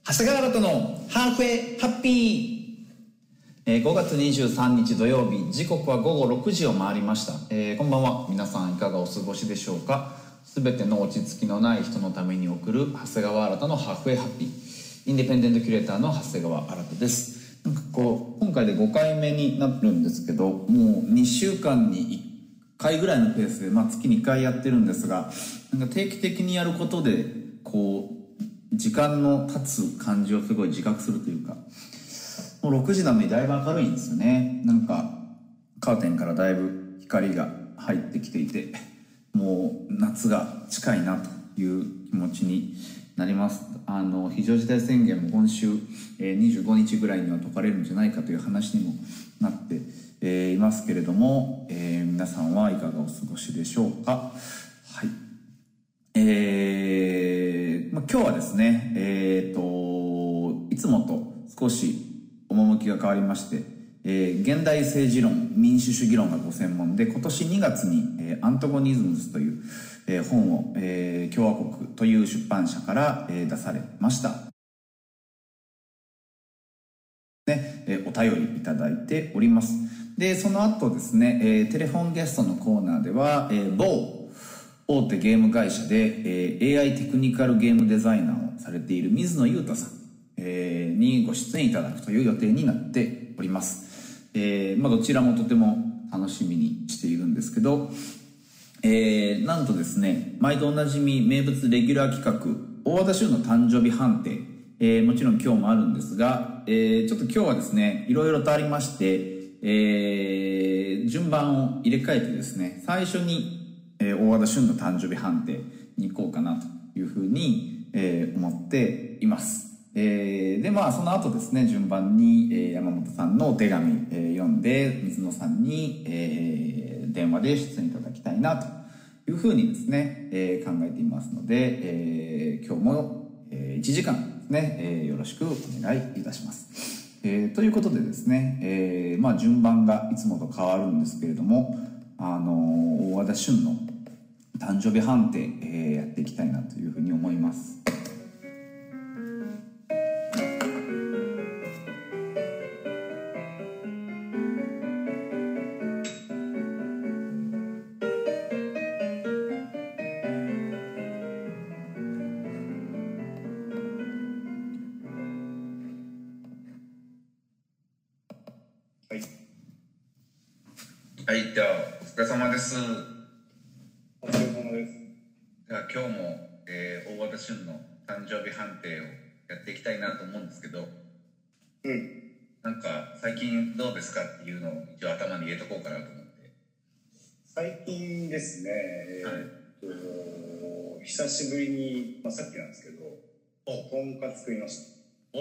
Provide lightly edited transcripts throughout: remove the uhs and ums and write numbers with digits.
長谷川新のハーフウェイハッピー、5月23日土曜日、時刻は午後6時を回りました。こんばんは。皆さんいかがお過ごしでしょうか。すべての落ち着きのない人のために送る長谷川新のハーフウェイハッピー、インディペンデントキュレーターの長谷川新です。今回で5回目になるんですけど、もう2週間に1回ぐらいのペースで、月に1回やってるんですが、定期的にやることで時間の経つ感じをすごい自覚するというか、もう6時なのにだいぶ明るいんですよね。カーテンからだいぶ光が入ってきていて、もう夏が近いなという気持ちになります。非常事態宣言も今週、25日ぐらいには解かれるんじゃないかという話にもなって、いますけれども、皆さんはいかがお過ごしでしょうか。はい。今日はですね、いつもと少し趣が変わりまして、現代政治論、民主主義論がご専門で、今年2月に、アントゴニズムズという、本を、共和国という出版社から、出されました。お便りいただいております。で、その後ですね、テレフォンゲストのコーナーでは、某大手ゲーム会社で、AI テクニカルゲームデザイナーをされている水野裕太さん、にご出演いただくという予定になっております。どちらもとても楽しみにしているんですけど、なんとですね、毎度おなじみ名物レギュラー企画、大和田俊の誕生日判定、もちろん今日もあるんですが、ちょっと今日はですね、いろいろとありまして、順番を入れ替えてですね、最初に大和田俊の誕生日判定に行こうかなというふうに、思っています。で、その後ですね、順番に、山本さんのお手紙、読んで、水野さんに、電話で出演いただきたいなというふうにですね、考えていますので、今日も、1時間ですね、よろしくお願いいたします。ということでですね、順番がいつもと変わるんですけれども、大和田俊の誕生日判定、やっていきたいなというふうに思います。 はい、じゃあお疲れ様です。 お疲れ様です。 じゃあ今日も、大和田俊の誕生日判定をやっていきたいなと思うんですけど、最近どうですかっていうのを一応頭に入れとこうかなと思って。 最近ですね、久しぶりに、さっきなんですけど、とんかつ食いました。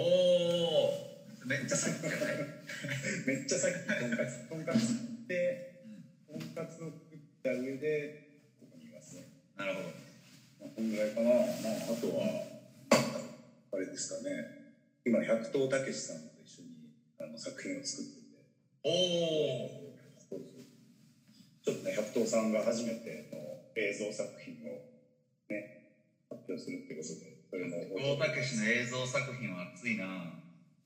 おー、めっちゃさっきじゃない。 めっちゃさっきとんかつ食って、とんかつを食った上でここにいますね。 なるほど。 こんぐらいかな。あとはあれですかね、今百頭たけしさんと一緒に作品を作ってて、そうちょっとね、百頭さんが初めての映像作品をね発表するってことで、それも百頭たけしの映像作品は熱いな。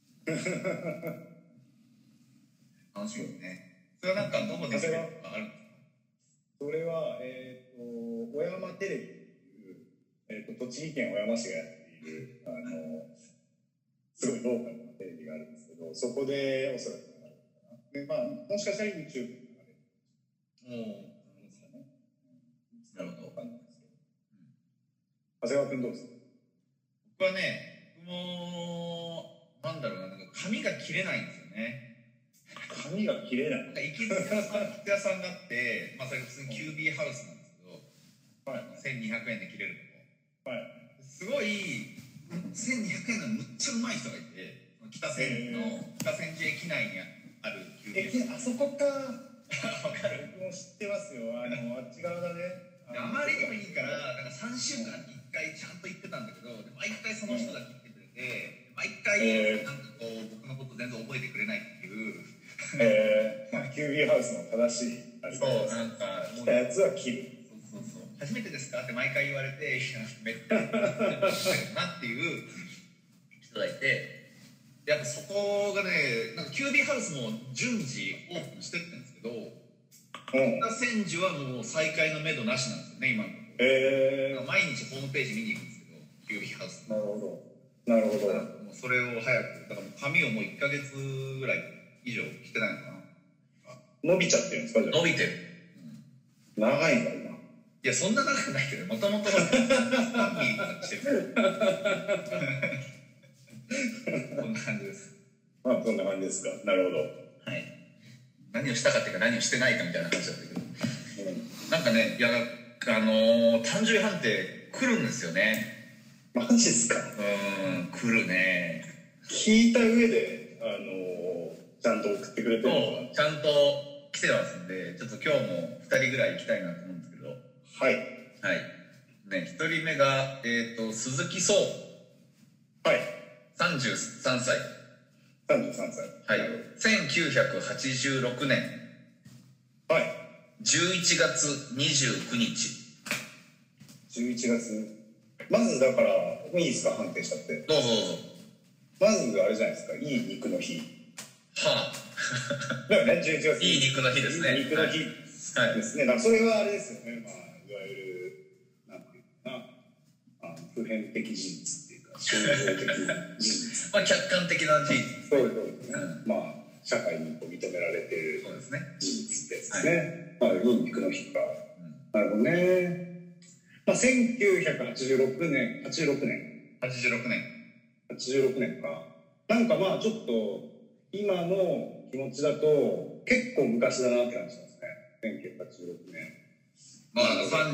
楽しみね。それはどこで見れるとかあるんですか？ それは、小山テレビっていう、栃木県小山市がやっているすごいローカルなテレビがあるんですけど、そこでおそらく流れるかな。で、もしかしたら YouTube で流れるんですかね。 なるほど。 わかんないですけど。長谷川君どうですか？ 僕はね、髪が切れないんですよね。 髪が切れない。 行きつけの服屋さんがあって、それ普通にキュービーハウスなんですけど、1200円で切れるとこ。すごい、1200円のむっちゃうまい人がいて、北千住駅内にあるキュービーハウス。 あそこか。 わかる？ 僕も知ってますよ。あっち側だね。 あまりにもいいから、3週間に1回ちゃんと行ってたんだけど、毎回その人が切ってくれて、毎回僕のこと全然覚えてくれないっていう。 キュービーハウスの正しいあれそう、 来たやつは切る。 そう初めてですかって毎回言われて、めっちゃなっていう人人がいて、やっぱそこがね、なんかキュービーハウスも順次オープンしてってんですけど、千住はもう再開のめどなしなんですよね、今のところ。毎日ホームページ見に行くんですけど、キュービーハウス。 なるほど。なるほど。 もうそれを早く、だから紙をもう1ヶ月ぐらい以上着てないのかな。 伸びちゃってるんですか、じゃあ。 伸びてる。 長いんだ、今。 いや、そんな長くないけど、もともとのスタンピーしてる。こんな感じです。 まあ、そんな感じですか。なるほど。 はい。何をしたかっていうか、何をしてないかみたいな話だったけど。なんかね、いや、単純判定来るんですよね。 マジですか？ 来るね。 聞いた上で、ちゃんと送ってくれてるのか。ちゃんと来てますんで、ちょっと今日も2人ぐらい行きたいなと思うんですけど。 はい。 はい。ね、1人目が、鈴木壮。 はい。 33歳。 33歳。 はい。1986年。 はい。 11月29日。 11月。まずだから、いいですか、判定しちゃって。 どうぞどうぞ。 まずあれじゃないですか、いい肉の日。 はあ。だよね、11月。 いい肉の日ですね。 いい肉の日ですね。だからそれはあれですよね、まあ、いわゆる、なんていうかな、普遍的事実っていうか、象徴的な事実。 まあ、客観的な事実。 そうですね。まあ、社会に認められている事実ですね。まあ、いい肉の日か。なるほどね。まあ、1986年か。なんかまあちょっと今の気持ちだと結構昔だなって感じしますね。1986年。 まあ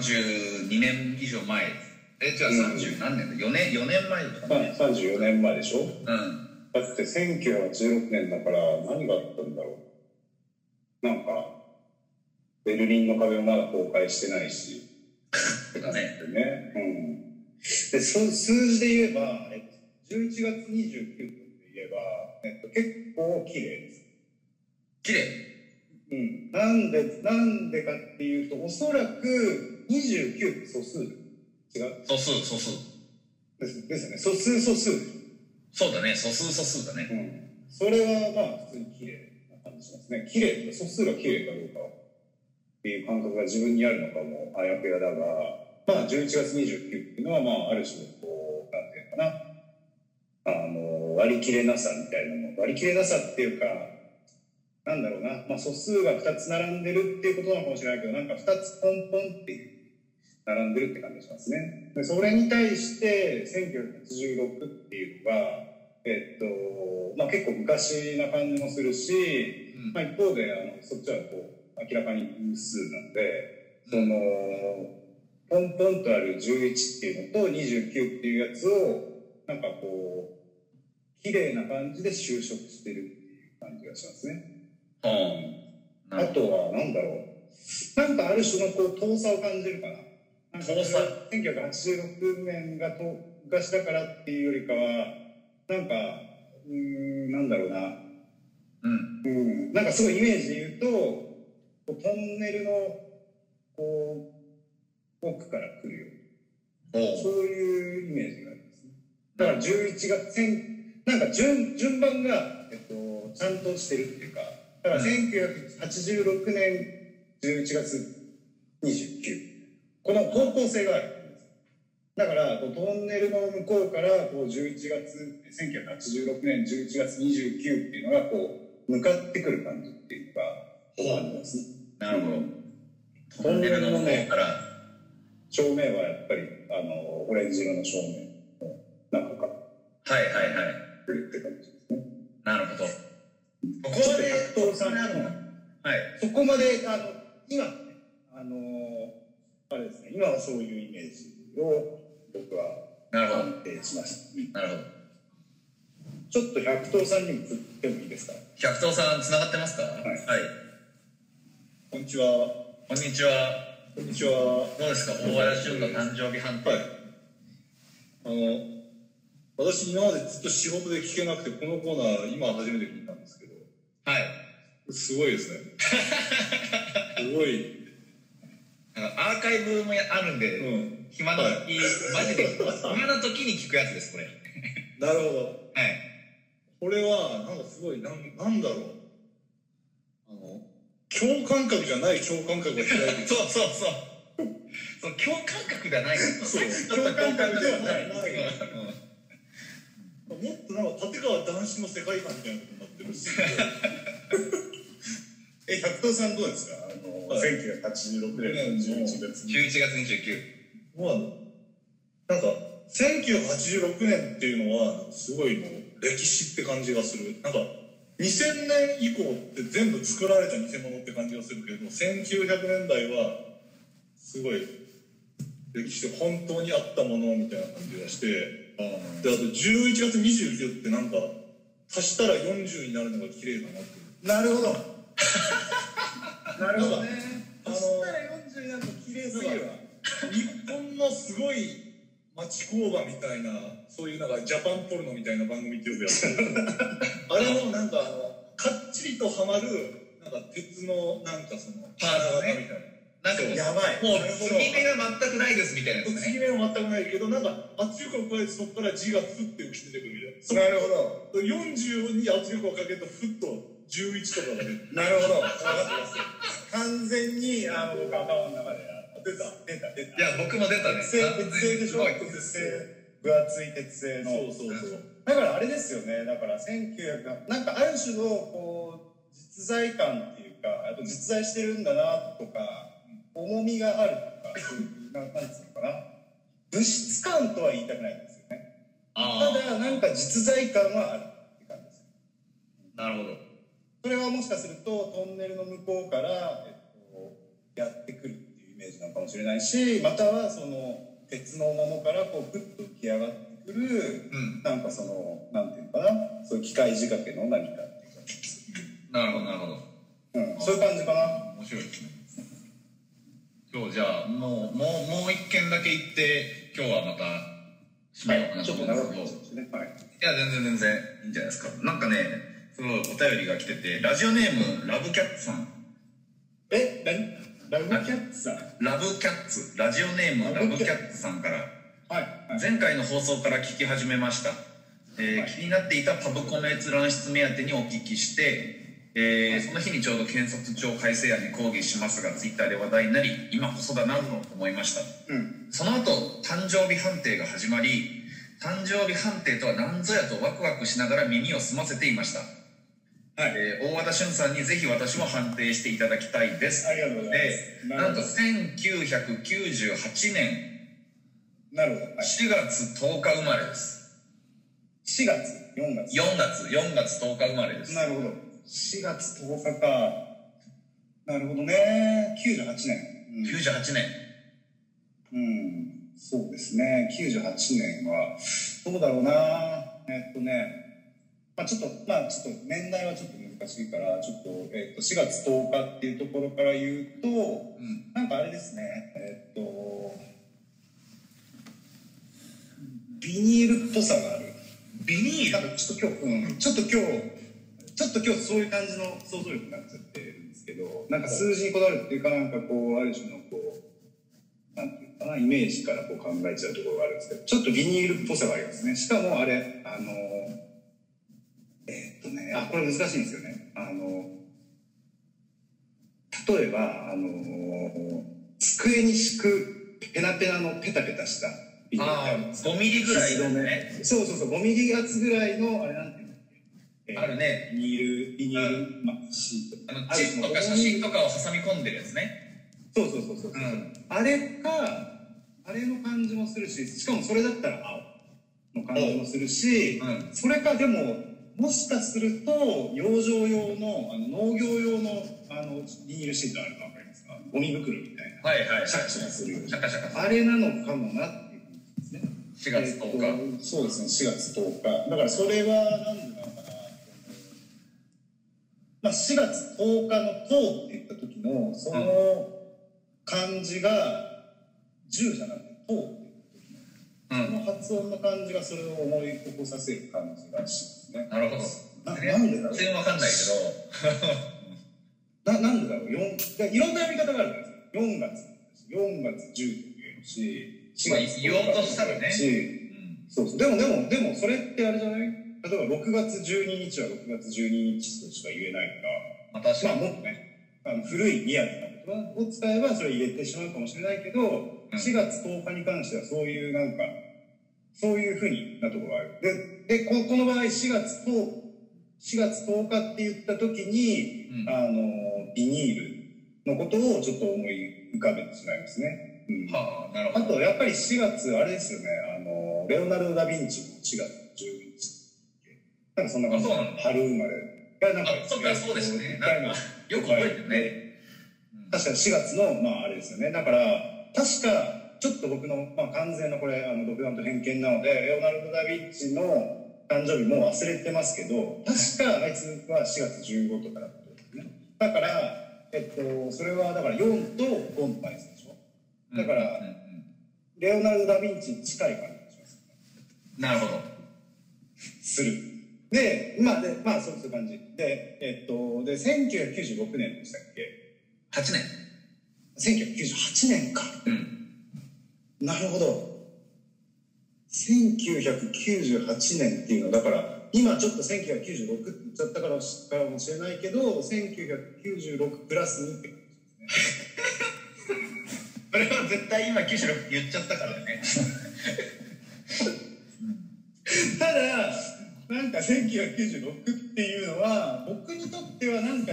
32年以上前。じゃあ30何年だ、4年前とかね。 34年前でしょ。だって1986年だから何があったんだろう。なんかベルリンの壁もまだ崩壊してないし。 だね。 で、数字で言えば、11月29日で言えば、結構綺麗です。 綺麗？ なんでかっていうと、おそらく29って素数。違う？ 素数。 ですよね。素数。 そうだね、素数だね。 それはまあ普通に綺麗な感じしますね。綺麗とか素数が綺麗かどうかっていう感覚が自分にあるのかもあやふやだが、まあ11月29っていうのはまあある種こうなんていうのかな、割り切れなさみたいなもの、割り切れなさっていうかなんだろうな、まあ素数が2つ並んでるっていうことなのかもしれないけど、なんか2つポンポンっていう並んでるって感じがしますね。でそれに対して1986っていうのがまあ結構昔な感じもするし、まあ一方でそっちはこう明らかに偶数なんで、そのポンポンとある11っていうのと29っていうやつをなんかこう綺麗な感じで修飾してるっていう感じがしますね。あとはなんだろう、なんかある種のこう遠さを感じるかな。遠さ1986年が昔だからっていうよりかはなんかなんだろうな、なんかすごいイメージで言うとトンネルのこう奥から来るような、そういうイメージがありますね。だから11月なんか順番が、ちゃんとしてるっていうか、だから1986年11月29、この方向性があるんです。だからトンネルの向こうからこう1986年11月29っていうのがこう向かってくる感じっていうか、ありますね。 なるほど。トンネルの向こうから照明はやっぱりオレンジ色の照明の中から来るって感じですね。 なるほど。 ここまでそこまで今あれですね、今はそういうイメージを僕は判定しました。 なるほど。 ちょっと百頭さんにも振ってもいいですか？ 百頭さんつながってますか？はい。 こんにちは。 こんにちは。 こんにちは。 どうですか、大原潤の誕生日判定。 私今までずっと仕事で聞けなくて、このコーナー今初めて聞いたんですけど、 はい。 すごいですね。すごい。 アーカイブもあるんで、暇な時、マジで暇な時に聞くやつです、これ。 なるほど。 はい。 これはなんかすごいなんだろう、共感覚じゃない共感覚が開いてる。 そう共感覚ではないそう共感覚ではない。もっとなんか立川談志の世界観みたいなことになってるし。百藤さんどうですか？1986年の11月 29。 まあなんか1986年っていうのはすごいもう歴史って感じがする。なんか2000年以降って全部作られた偽物って感じがするけど、1900年代はすごい歴史で本当にあったものみたいな感じがして、であと11月29ってなんか足したら40になるのが綺麗だなって。 なるほどなるほどね。 足したら40になるの綺麗すぎるわ。日本のすごい町工場みたいな、そういうなんかジャパンポルノみたいな番組ってよくやってるあれもなんかかっちりとはまるなんか鉄のなんかそのパーツねみたいな。 なんかやばい。 もう継ぎ目が全くないですみたいなやつね。 継ぎ目は全くないけど、なんか圧力を加えてそこから字がふって浮き出てくるみたいな。なるほど。40に圧力をかけるとふっと11とかが出る。 なるほど。分かってます。完全に僕頭の中で出た。 いや僕も出たね。 鉄製でしょ。鉄製、分厚い鉄製の。 そうだからあれですよね。だから1900なんかある種のこう実在感っていうか、あと実在してるんだなとか。重みがあるとか、そういうなんつうのかな、物質感とは言いたくないんですよね。ただなんか実在感はあるって感じです。 なるほど。 それはもしかするとトンネルの向こうから、やってくるっていうイメージなのかもしれないし、またはその鉄のものからこうふっと浮き上がってくる、なんかそのなんていうのかな、そういう機械仕掛けの何かっていう感じです。 なるほどなるほど。 そういう感じかな。 面白いですね。今日じゃあもう一件だけ行って今日はまた締めようかなと思うんですけど、いや全然いいんじゃないですか。なんかねすごいお便りが来てて、ラジオネームラブキャッツさん。 ラブキャッツさん。 ラブキャッツ、ラジオネームラブキャッツさんから、前回の放送から聞き始めました。気になっていたパブコメ閲覧室目当てにお聞きして、その日にちょうど検察庁改正案に抗議しますがツイッターで話題になり、今こそだなと思いました。その後誕生日判定が始まり、誕生日判定とは何ぞやとワクワクしながら耳を澄ませていました。大和田俊さんにぜひ私も判定していただきたいです。 ありがとうございます。 なんと1998年なるほど、 4月10日生まれです。 4月10日生まれです。 なるほど、4月10日か。なるほどね。98年。 98年。 そうですね。98年はどうだろうな。ちょっと年代はちょっと難しいから、ちょっと4月10日っていうところから言うと、なんかあれですね。ビニールっぽさがある。 ビニール。 ちょっと今日そういう感じの想像力になっちゃってるんですけど、なんか数字にこだわるっていうか、なんかこうある種のこうなんていうかな、イメージからこう考えちゃうところがあるんですけど、ちょっとビニールっぽさがありますね。しかもあれこれ難しいんですよね。例えば机に敷くペナペナのペタペタしたビニール、 5ミリぐらいのね。 そう5ミリ厚ぐらいのあれなんていうの、 あるね。 ビニールシート、 チップとか写真とかを挟み込んでるやつね。 そう、あれの感じもするし、しかもそれだったら青の感じもするし、それかでももしかすると養生用の農業用のビニールシートあるの分かりますか？ゴミ袋みたいな、シャカシャカするような、あれなのかもなっていう感じですね。 4月10日、 そうですね、4月10日だから、それは何でなのかな。4月10日の「10」って言った時のその漢字が10じゃなくて「10」って言った時のその発音の感じがそれを思い起こさせる感じがしますね。 なるほど。 なんでだろう。 全然わかんないけどなんでだろう。いろんな読み方があるんですよ。4月10って言えるし、 言おうとしたらね。 そそうでもそれってあれじゃない？例えば6月12日は6月12日としか言えないから、 確かにもっとね古いリアルな言葉を使えばそれ入れてしまうかもしれないけど、4月10日に関してはそういうなんかそういうふうになところがある。でこの場合4月10日って言った時に、ビニールのことをちょっと思い浮かべてしまいますね。 はあ、なるほど。 あとやっぱり4月あれですよね、レオナルド・ダ・ヴィンチも4月12日なんかそんな感じで春生まれがなんかそうですね。なんかよく覚えてるね。 確か4月のあれですよね。だから確かちょっと僕の完全なこれ独断と偏見なのでレオナルド・ダ・ヴィンチの誕生日もう忘れてますけど、確かあいつは4月15とかだったんですね。だからそれはだから4と5の倍数でしょ。だから、レオナルド・ダ・ヴィンチに近い感じがします、ね。 なるほど。 する。で、そういう感じ。で、1996年でしたっけ ?8 年。 1998年か。なるほど。1998年っていうのだから、今ちょっと1996って言っちゃったからかもしれないけど、1996プラス2って感じですね。 それは絶対今96言っちゃったからね。 ただなんか1996っていうのは僕にとってはなんか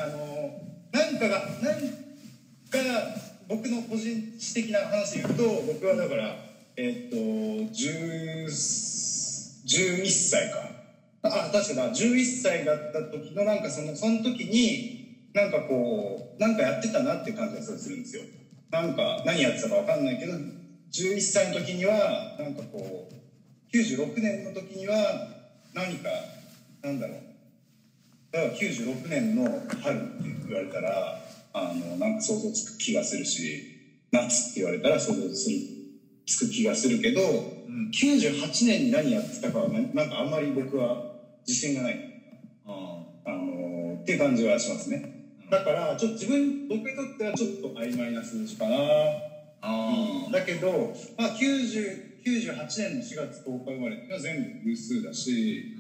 僕の個人史的な話で言うと、僕はだから11歳か。確か11歳だった時のなんかその時になんかこうなんかやってたなっていう感じがするんですよ。なんか何やってたか分かんないけど11歳の時にはなんかこう96年の時には何かなんだろう、だから96年の春って言われたらなんか想像つく気がするし、夏って言われたら想像つく気がするけど、98年に何やってたかはなんかあんまり僕は自信がないっていう感じはしますね。だからちょっと僕にとってはちょっと曖昧な数字かな。だけど、98年の4月10日生まれっていうのは全部偶数だし、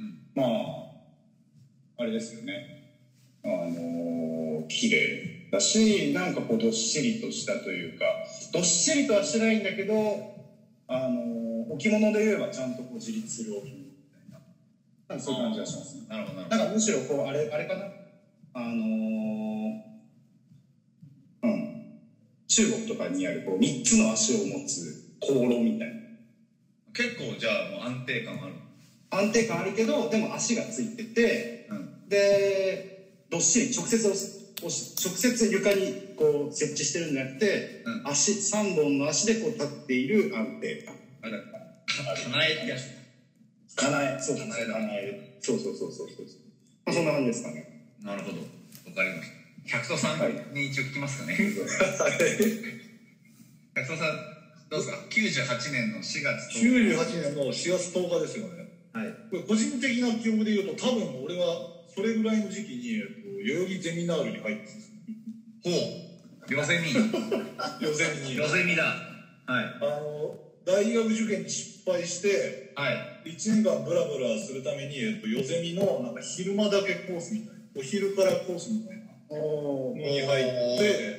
あれですよね、綺麗だし、なんかこうどっしりとしたというか、どっしりとはしてないんだけど置物で言えばちゃんとこう自立する置物みたいな、なんかそういう感じがしますね。 なるほど。 なんかむしろこうあれかな、中国とかにあるこう3つの足を持つ航路みたいな。 結構じゃあもう安定感ある。 安定感あるけどでも足がついてて、でどっしり直接床にこう設置してるんじゃなくて、3本の足でこう立っている安定感。 かなえってやつ。 かなえ、そうかなえ。そう。そんな感じですかね。 なるほど、わかりました。百曽さんに一応聞きますかね。百曽さんどうですか。98年の4月 98年の4月10日ですよね。これ個人的な記憶で言うと、多分俺はそれぐらいの時期に代々木ゼミナールに入ってたんです。 ヨゼミだ。 大学受験に失敗して、1年間ブラブラするためにヨゼミのなんか昼間だけコースみたいな、お昼からコースみたいなのに入って、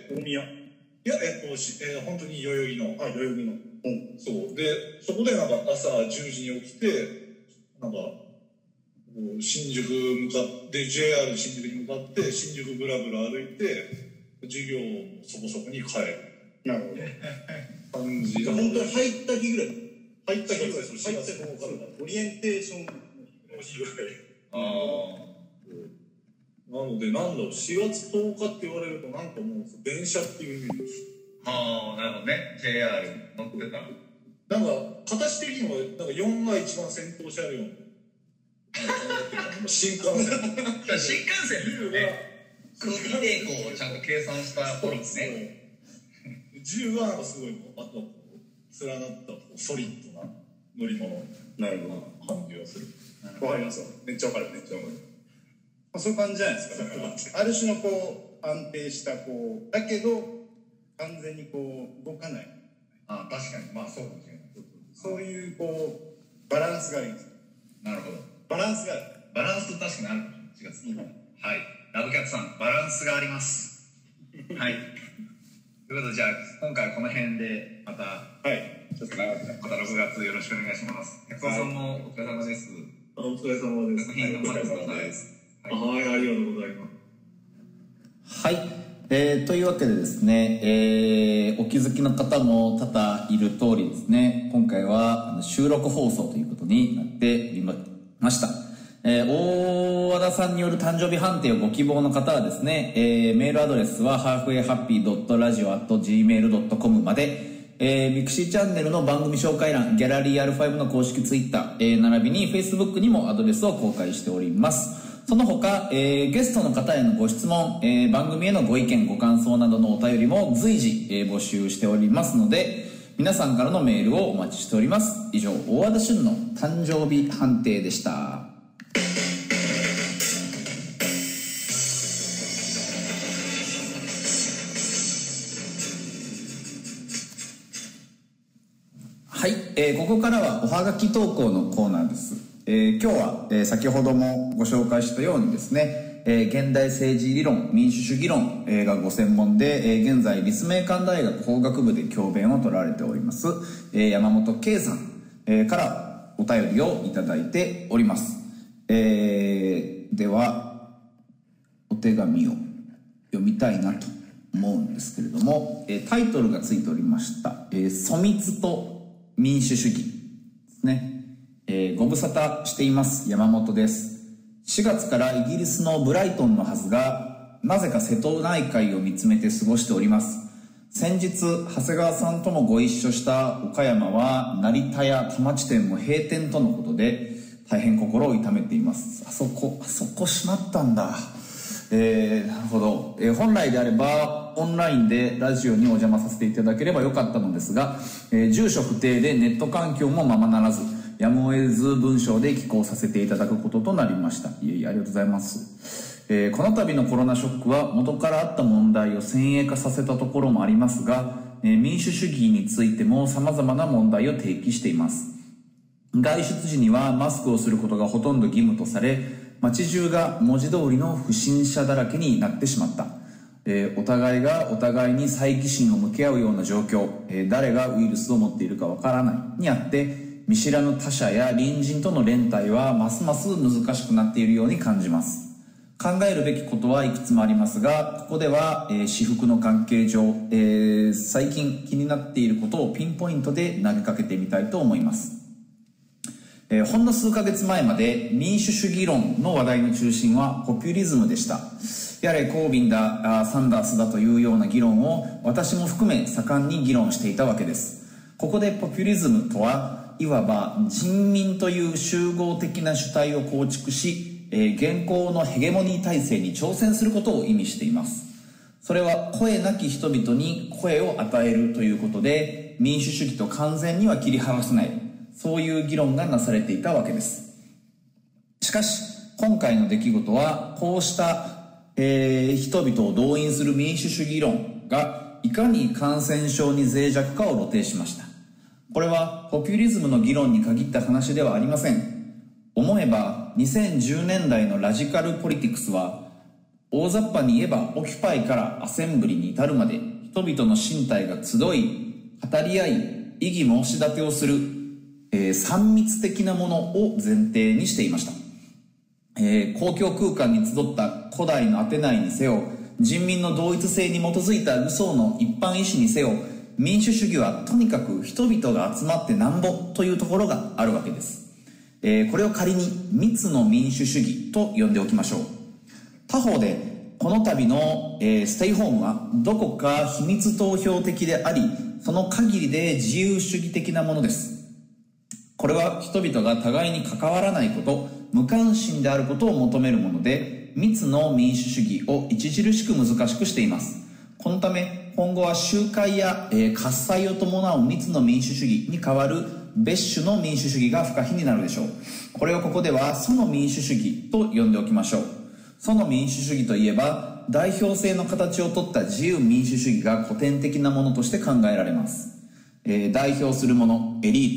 大宮、本当に代々木の、そうで、そこでなんか朝10時に起きて、なんか新宿向かって JR 新宿に向かって新宿ブラブラ歩いて授業をそこそこに帰る。 なるほど。 感じ。 本当に入った日ぐらいオリエンテーションの日ぐらい。 なのでなんだろう、4月10日って言われるとなんかもう電車っていうイメージです。 なるほどね。JR 乗ってた。 なんか形的にもなんか4が一番先頭車両。新幹線ね。空気抵抗をちゃんと計算した頃ですね。 10はなんかすごいあと連なったソリッドな乗り物なる感じがする。 わかりますよ。めっちゃわかる。そういう感じじゃないですか。だからある種のこう安定したこうだけど完全にこう動かない。 確かにそうかもしれない。 そういうこうバランスがあります。 なるほど。 バランスがある。 バランスと確かにあるかもしれない。4月はい。ラブキャッツさん、バランスがあります。はい。ということで、じゃあ、今回はこの辺で、また、 はい。ちょっと長くなまた6月よろしくお願いします。百田さんもお疲れ様です。 お疲れ様です。 作品頑張ってください。 はい、ありがとうございます。 はい、というわけでですね、お気づきの方も多々いる通りですね、今回は収録放送ということになっておりました。大和田さんによる誕生日判定をご希望の方はですね、メールアドレスは halfwayhappy.radio@gmail.com まで、ミクシーチャンネルの番組紹介欄、ギャラリー R5 の公式ツイッター、並びに Facebook にもアドレスを公開しております。その他、ゲストの方へのご質問、番組へのご意見ご感想などのお便りも随時、募集しておりますので、皆さんからのメールをお待ちしております。以上、大和田俊の誕生日判定でした。はい、ここからはおはがき投稿のコーナーです。今日は、先ほどもご紹介したようにですね、現代政治理論、民主主義論、がご専門で、現在立命館大学法学部で教鞭を取られております、山本圭さん、からお便りをいただいております。ではお手紙を読みたいなと思うんですけれども、タイトルがついておりました、粗密と民主主義ですね。ご無沙汰しています山本です。4月からイギリスのブライトンのはずが、なぜか瀬戸内海を見つめて過ごしております。先日長谷川さんともご一緒した岡山は成田や田町店も閉店とのことで、大変心を痛めています。あそこ閉まったんだ。なるほど。本来であればオンラインでラジオにお邪魔させていただければよかったのですが、住所不定でネット環境もままならず、やむを得ず文章で寄稿させていただくこととなりました。いえいえ、ありがとうございます。この度のコロナショックは元からあった問題を先鋭化させたところもありますが、民主主義についても様々な問題を提起しています。外出時にはマスクをすることがほとんど義務とされ、街中が文字通りの不審者だらけになってしまった。お互いがお互いに猜疑心を向け合うような状況、誰がウイルスを持っているかわからないにあって、見知らぬ他者や隣人との連帯はますます難しくなっているように感じます。考えるべきことはいくつもありますが、ここでは、私服の関係上、最近気になっていることをピンポイントで投げかけてみたいと思います。ほんの数ヶ月前まで民主主義論の話題の中心はポピュリズムでした。やれコービンだ、サンダースだというような議論を私も含め盛んに議論していたわけです。ここでポピュリズムとはいわば人民という集合的な主体を構築し、現行のヘゲモニー体制に挑戦することを意味しています。それは声なき人々に声を与えるということで、民主主義と完全には切り離せない、そういう議論がなされていたわけです。しかし今回の出来事はこうした、人々を動員する民主主義論がいかに感染症に脆弱かを露呈しました。これはポピュリズムの議論に限った話ではありません。思えば2010年代のラジカルポリティクスは、大雑把に言えばオキュパイからアセンブリに至るまで人々の身体が集い語り合い異議申し立てをする、三密的なものを前提にしていました。公共空間に集った古代のアテナイにせよ、人民の同一性に基づいたルソーの一般意思にせよ、民主主義はとにかく人々が集まってなんぼというところがあるわけです。これを仮に密の民主主義と呼んでおきましょう。他方でこの度の、ステイホームはどこか秘密投票的であり、その限りで自由主義的なものです。これは人々が互いに関わらないこと、無関心であることを求めるもので、密の民主主義を著しく難しくしています。このため今後は集会や、喝采を伴う密の民主主義に代わる別種の民主主義が不可避になるでしょう。これをここではその民主主義と呼んでおきましょう。その民主主義といえば、代表性の形をとった自由民主主義が古典的なものとして考えられます。代表する者、エリート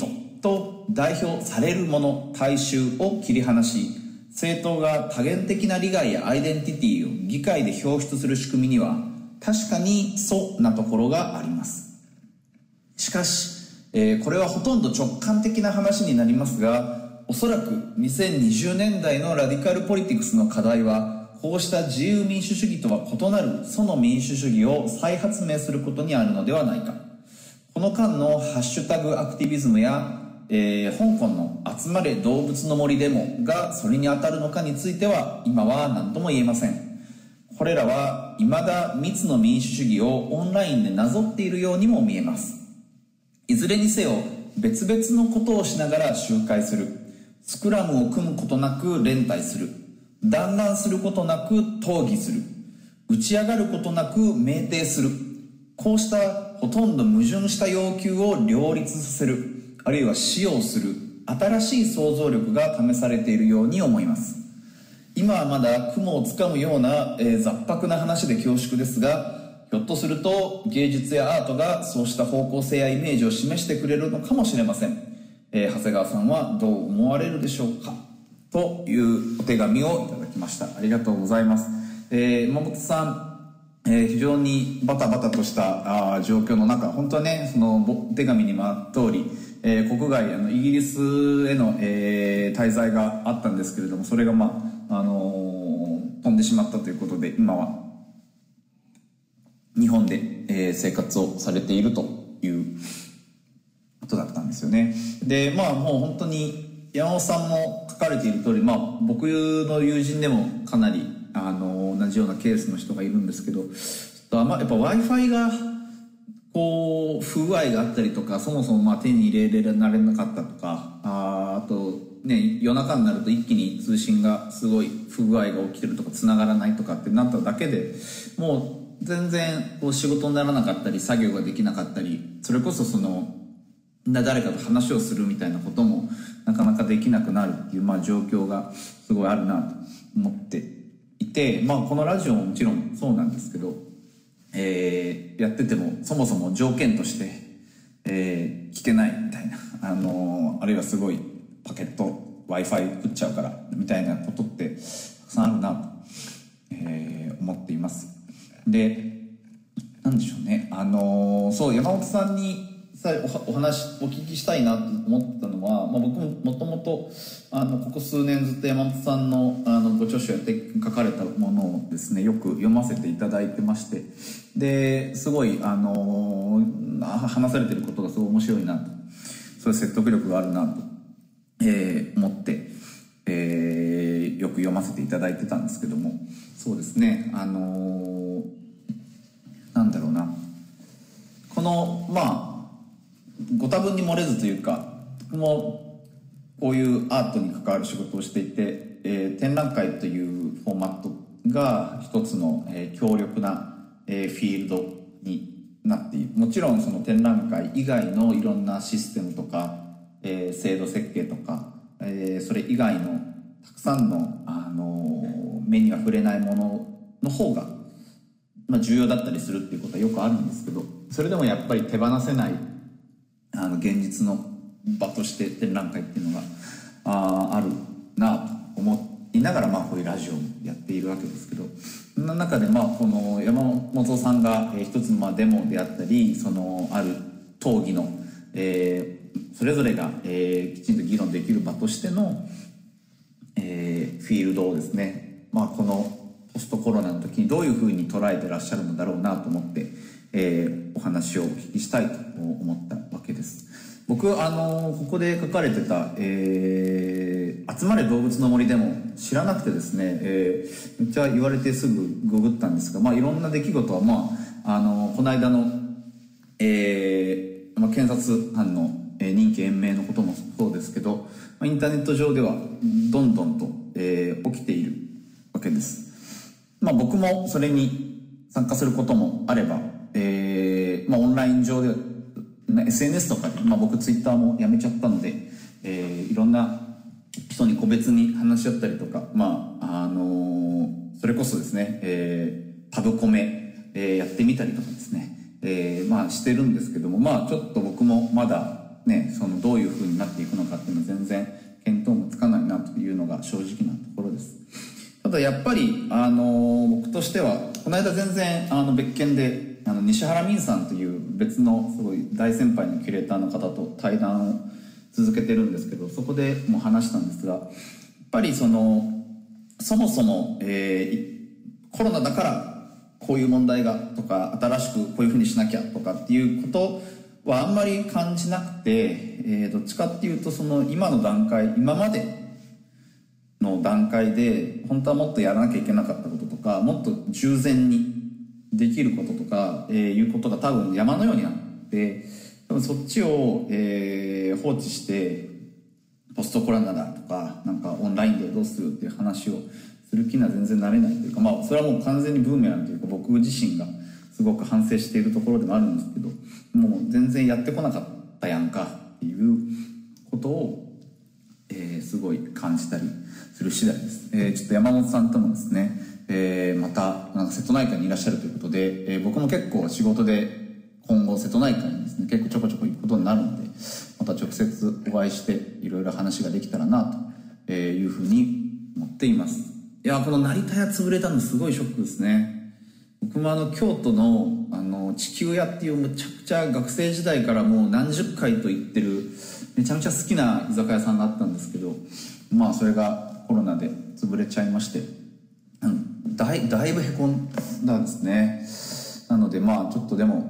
と代表されるもの、大衆を切り離し、政党が多元的な利害やアイデンティティを議会で表出する仕組みには確かにそうなところがあります。しかし、これはほとんど直感的な話になりますが、おそらく2020年代のラディカルポリティクスの課題は、こうした自由民主主義とは異なるその民主主義を再発明することにあるのではないか。この間のハッシュタグアクティビズムや、香港の集まれ動物の森デモがそれに当たるのかについては今は何とも言えません。これらは未だ密の民主主義をオンラインでなぞっているようにも見えます。いずれにせよ別々のことをしながら集会する、スクラムを組むことなく連帯する、団らんすることなく討議する、打ち上がることなく酩酊する、こうしたほとんど矛盾した要求を両立させる、あるいは使用する新しい想像力が試されているように思います。今はまだ雲をつかむような、雑白な話で恐縮ですが、ひょっとすると芸術やアートがそうした方向性やイメージを示してくれるのかもしれません。長谷川さんはどう思われるでしょうか、というお手紙をいただきました。ありがとうございます。山本さん、非常にバタバタとした状況の中、本当はね、そのお手紙にもあった通り、国外イギリスへの、滞在があったんですけれども、それが飛んでしまったということで、今は日本で、生活をされているということだったんですよね。で、もう本当に山本さんも書かれている通り、僕の友人でもかなり同じようなケースの人がいるんですけど、やっぱ Wi-Fi がこう不具合があったりとか、そもそも手に入れられなかったとか、あとね、夜中になると一気に通信がすごい不具合が起きてるとか、繋がらないとかってなっただけでもう全然こう仕事にならなかったり、作業ができなかったり、それこそ誰かと話をするみたいなこともなかなかできなくなるっていう、状況がすごいあるなと思っていて、このラジオももちろんそうなんですけど、やっててもそもそも条件として、聞けないみたいな、あるいはすごいパケット Wi-Fi 食っちゃうからみたいなことってたくさんあるなと、思っています。で、なんでしょうね、そう山本さんにお話お聞きしたいなと思ったのは、僕ももともとここ数年ずっと山本さんのご著書やって書かれたものをですね、よく読ませていただいてまして、ですごい話されてることがすごい面白いなと、そういう説得力があるなと、思って、よく読ませていただいてたんですけども、そうですね、なんだろうな、このご多分に漏れずというか、僕もこういうアートに関わる仕事をしていて、展覧会というフォーマットが一つの、強力な、フィールドになっている。もちろんその展覧会以外のいろんなシステムとか、制度設計とか、それ以外のたくさんの、目には触れないものの方が、重要だったりするっていうことはよくあるんですけど、それでもやっぱり手放せない現実の場として展覧会っていうのがあるなと思いながら、こういうラジオをやっているわけですけど、そんな中でこの山本さんが一つのデモであったり、ある討議の、それぞれがきちんと議論できる場としてのフィールドをですね、このポストコロナの時にどういうふうに捉えてらっしゃるのだろうなと思って、お話をお聞きしたいと思ったわけです。僕ここで書かれてた、集まれ動物の森でも知らなくてですね、めっちゃ言われてすぐググったんですが、いろんな出来事はこの間の、検察官の任期延命のこともそうですけど、インターネット上ではどんどんと、起きているわけです。僕もそれに参加することもあれば、オンライン上で SNS とかで、僕ツイッターもやめちゃったので、いろんな人に個別に話し合ったりとか、それこそですね、パブコメ、やってみたりとかですね、してるんですけども、ちょっと僕もまだね、どういう風になっていくのかっていうのは全然見当もつかないなというのが正直なところです。ただやっぱり僕としてはこの間全然別件で西原美さんという別のすごい大先輩のキュレーターの方と対談を続けてるんですけど、そこでも話したんですが、やっぱりそもそも、コロナだからこういう問題がとか新しくこういうふうにしなきゃとかっていうことはあんまり感じなくて、どっちかっていうと今の段階、今までの段階で本当はもっとやらなきゃいけなかったこととか、もっと従前にできることとか、いうことが多分山のようにあって、多分そっちを、放置してポストコロナだとかなんかオンラインでどうするっていう話をする気には全然なれないというか、それはもう完全にブーメランというか僕自身がすごく反省しているところでもあるんですけど、もう全然やってこなかったやんかっていうことを、すごい感じたりする次第です。ちょっと山本さんともですね、またなんか瀬戸内海にいらっしゃるということで、僕も結構仕事で今後瀬戸内海にですね結構ちょこちょこ行くことになるので、また直接お会いしていろいろ話ができたらなというふうに思っています。いや、この成田屋潰れたのすごいショックですね。僕も京都の地球屋っていうむちゃくちゃ学生時代からもう何十回と行ってるめちゃめちゃ好きな居酒屋さんがあったんですけど、それがコロナで潰れちゃいまして、だいぶへこんだんですね。なのでちょっとでも、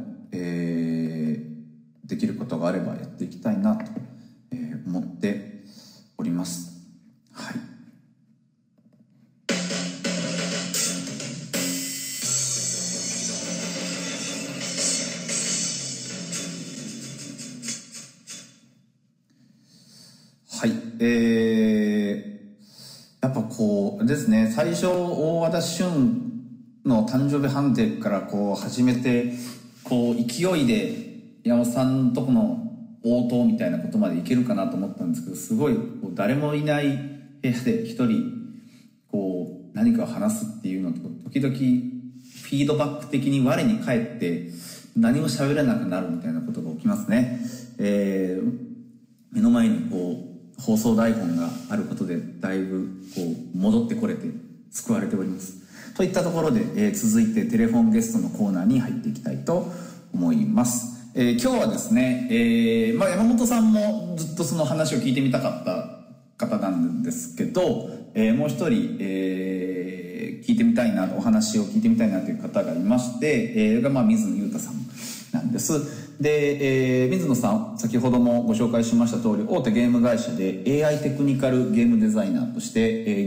できることがあればやっていきたいなと、思っております。はい。はい、やっぱこうですね、最初大和田俊の誕生日判定から始めて勢いで山本さんのとこの応答みたいなことまでいけるかなと思ったんですけど、すごい誰もいない部屋で一人何かを話すっていうのと時々フィードバック的に我に返って何も喋れなくなるみたいなことが起きますね。目の前に放送台本があることでだいぶ戻ってこれて救われております。といったところで、続いてテレフォンゲストのコーナーに入っていきたいと思います。今日はですね、山本さんもずっとその話を聞いてみたかった方なんですけど、もう一人、聞いてみたいな、お話を聞いてみたいなという方がいまして、が水野裕太さんなんです。で、水野さん先ほどもご紹介しました通り大手ゲーム会社で AI テクニカルゲームデザイナーとして、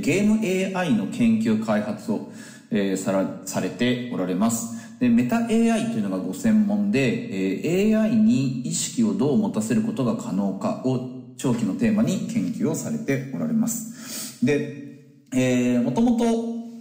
ゲーム AI の研究開発を、されておられます。でメタ AI というのがご専門で、AI に意識をどう持たせることが可能かを長期のテーマに研究をされておられます。で、もともと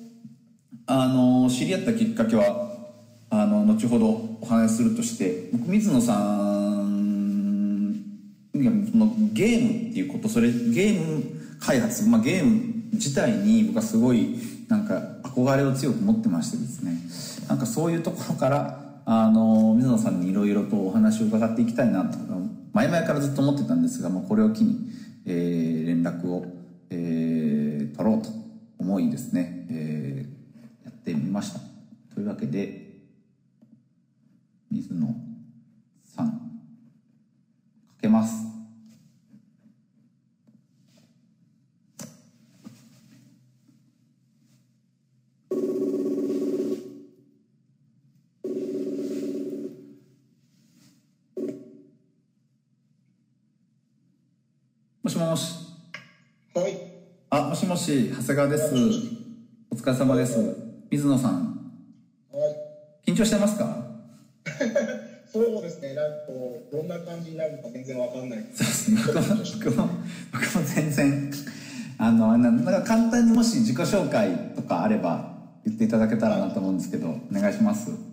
知り合ったきっかけは後ほどお話しするとして、僕水野さんのゲームっていうこと、それゲーム開発、ゲーム自体に僕はすごいなんか憧れを強く持ってましてですね、なんかそういうところから水野さんにいろいろとお話を伺っていきたいなと前々からずっと思ってたんですが、これを機に、連絡を、取ろうと思いですね、やってみました。というわけで水野さんかけます。もしもし。 はい。 もしもし、長谷川です。お疲れ様です。水野さん。 はい。 緊張してますか？ そうですね。どんな感じになるのか全然わかんない。 そうですね。僕も全然なんか簡単にもし自己紹介とかあれば言っていただけたらなと思うんですけど、お願いします。はい。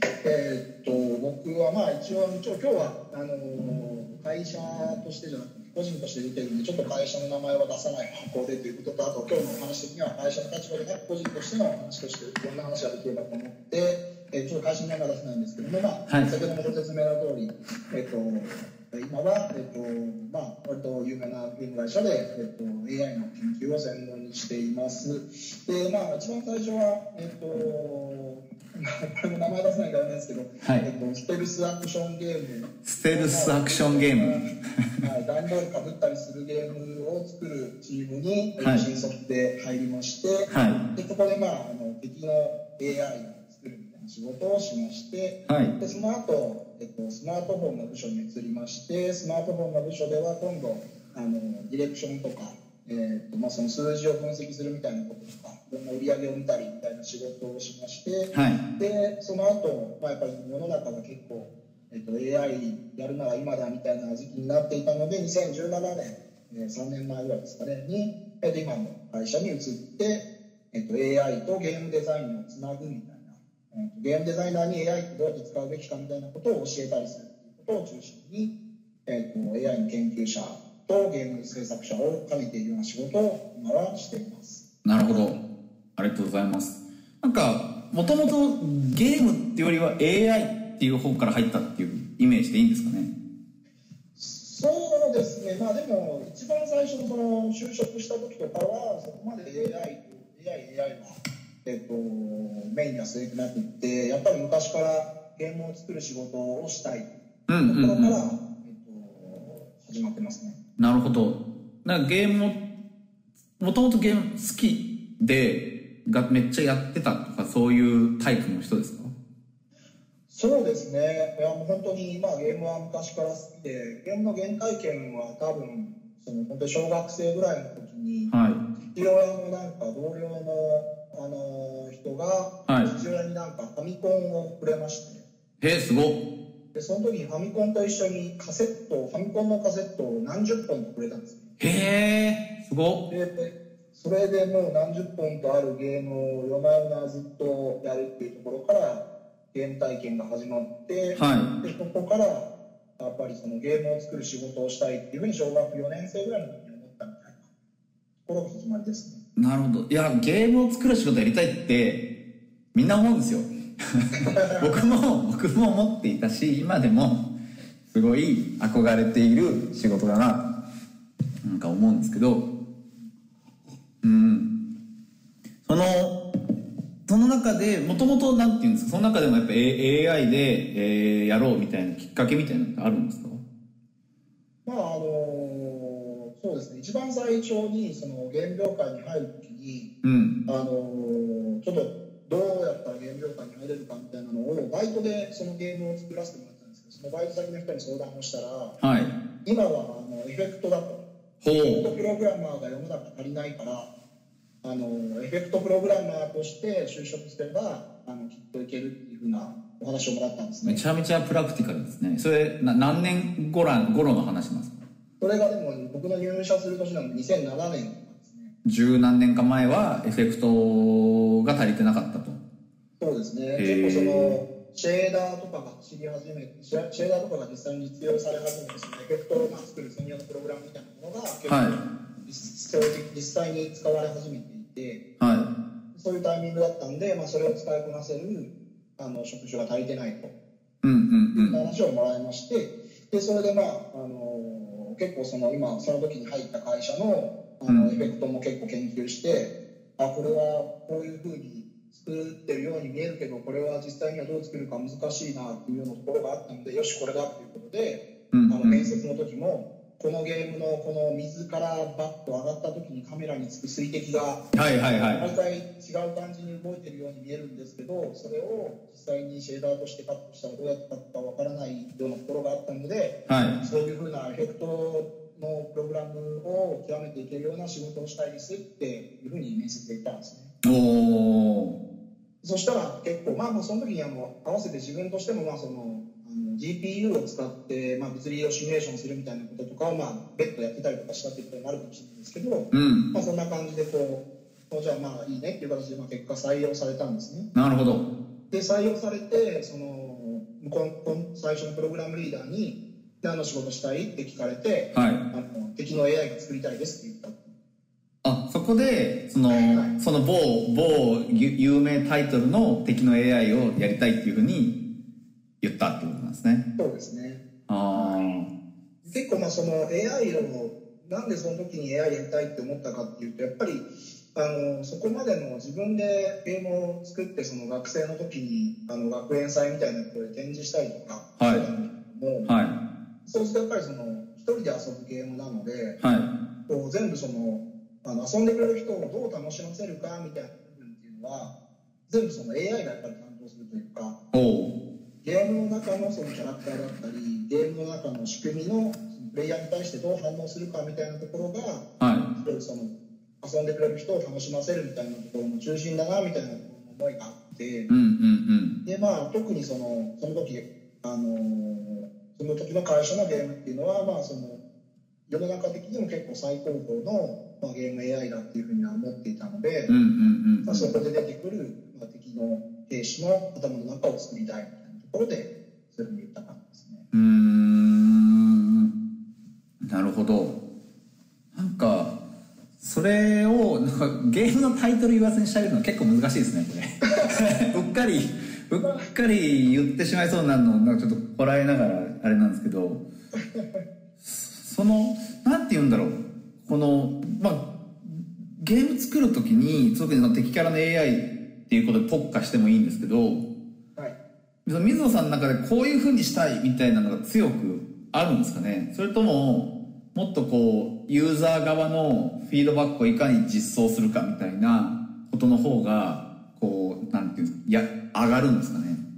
僕は一応今日は会社としてじゃなくて個人として出てるんで、ちょっと会社の名前は出さない方向でということと、あと今日のお話的には会社の立場でなく個人としての話としていろんな話ができればと思って、ちょっと会社の名前は出せないんですけども、先ほどもご説明の通り、今は、割と有名なゲーム会社で、AI の研究を専門にしています。で、一番最初は、これも名前出せないからなんですけど、ステルスアクションゲーム。 ステルスアクションゲーム。 段ボールかぶったりするゲームを作るチームに新卒で入りまして、でそこで、敵の AI を作るみたいな仕事をしまして、でその後、スマートフォンの部署に移りまして、スマートフォンの部署では今度ディレクションとか、その数字を分析するみたいなこととか、いろんな売り上げを見たりみたいな仕事をしまして、でその後、やっぱり世の中が結構、AI やるなら今だみたいな時期になっていたので、2017年、3年前ぐらいですかねに、今の会社に移って、AI とゲームデザインをつなぐみたいな、ゲームデザイナーに AI ってどうやって使うべきかみたいなことを教えたりするということを中心に、AI の研究者とゲーム制作者を兼ねているような仕事を今はしています。 なるほど、ありがとうございます。なんかもともとゲームっていうよりは AI っていう方から入ったっていうイメージでいいんですかね。 そうですね、でも一番最初のその就職した時とかはそこまで AI は、メインには据えてなくって、やっぱり昔からゲームを作る仕事をしたいところから、始まってますね。 なるほど。なんかゲームもともとゲーム好きでめっちゃやってたとか、そういうタイプの人ですか？ そうですね。いやもう本当にゲームは昔から好きで、ゲームの原体験は多分本当に小学生ぐらいの時に、父親の同僚の人が、父親にファミコンをくれまして。 すごっ。 でその時にファミコンと一緒にファミコンのカセットを何十本とくれたんですね。 すごっ。 それでもう何十本とあるゲームを夜な夜なずっとやるっていうところからゲーム体験が始まって、でそこからやっぱりそのゲームを作る仕事をしたいっていうふうに小学4年生ぐらいの時に思ったみたいなところが始まりですね。 なるほど。いやゲームを作る仕事やりたいってみんな思うんですよ僕も思っていたし、今でもすごい憧れている仕事だななんか思うんですけど、その中でもともとなんていうんですか、その中でもやっぱ AI で、やろうみたいなきっかけみたいなのってあるんですか？ そうですね、一番最初にそのゲーム業界に入る時に、ちょっとどうやったらゲーム業界に入れるかみたいなのをバイトでそのゲームを作らせてもらったんですけど、そのバイト先の人に相談をしたら、今はエフェクトだと、エフェクトプログラマーが世の中足りないから、エフェクトプログラマーとして就職すればきっといけるっていうふうなお話をもらったんですね。 めちゃめちゃプラクティカルですね。それ何年頃の話なんですか？ それがでも僕の入社する年なので2007年とかですね。 十何年か前はエフェクトが足りてなかったと。 そうですね。結構そのシェーダーとかが走り始めて、シェーダーとかが実際に実用され始めて、そのエフェクトを作る専用のプログラムみたいなものが結構、実際に使われ始めていて、そういうタイミングだったんで、それを使いこなせる職種が足りてないという話をもらいまして、でそれで結構その時に入った会社のエフェクトも結構研究して、これはこういうふうに作ってるように見えるけど、これは実際にはどう作るか難しいなっていうようなところがあったので、よしこれだっていうことで、面接の時もこのゲームのこの水からバッと上がった時にカメラにつく水滴が毎回違う感じに動いてるように見えるんですけど、それを実際にシェーダーとしてカットしたらどうやってカットかわからないようなところがあったので、そういうふうなエフェクトのプログラムを極めていけるような仕事をしたいですっていうふうに面接で言ったんですね。そしたら結構その時に合わせて自分としてもGPU を使って物理をシミュレーションするみたいなこととかを別途やってたりとかしたっていうことになるかもしれないんですけど、そんな感じでじゃあいいねっていう形で結果採用されたんですね。 なるほど。 で採用されて最初のプログラムリーダーに何の仕事したいって聞かれて、 はい、 敵の AI が作りたいですって言った。 そこでその某有名タイトルの敵の AI をやりたいっていうふうに言ったってことなんですね。 そうですね。結構その AI をなんでその時に AI やりたいって思ったかっていうと、やっぱりそこまでの自分でゲームを作ってその学生の時に学園祭みたいなところで展示したりとか、 はい、 そうするとやっぱりその一人で遊ぶゲームなので、 はい、 こう全部その遊んでくれる人をどう楽しませるかみたいな部分っていうのは全部その AI がやっぱり担当するというか、ゲームの中のそのキャラクターだったりゲームの中の仕組みのプレイヤーに対してどう反応するかみたいなところが、その遊んでくれる人を楽しませるみたいなところの中心だなみたいな思いがあって、で特にその時その時の会社のゲームっていうのはその世の中的にも結構最高峰の、ゲーム AI だっていうふうには思っていたので、そこで出てくる、敵の兵士の頭の中を作りたいみたいなところでそういうふうに言った感じですね。 なるほど。なんかそれをゲームのタイトル言わずにしゃべるのは結構難しいですね、これ。うっかり言ってしまいそうなのをなんかちょっとこらえながらあれなんですけど、そのなんて言うんだろう、このゲーム作る時に特にその敵キャラの AI っていうことで特化してもいいんですけど、水野さんの中でこういう風にしたいみたいなのが強くあるんですかね。それとももっとこうユーザー側のフィードバックをいかに実装するかみたいなことの方がこうなんていう上がるんですかね。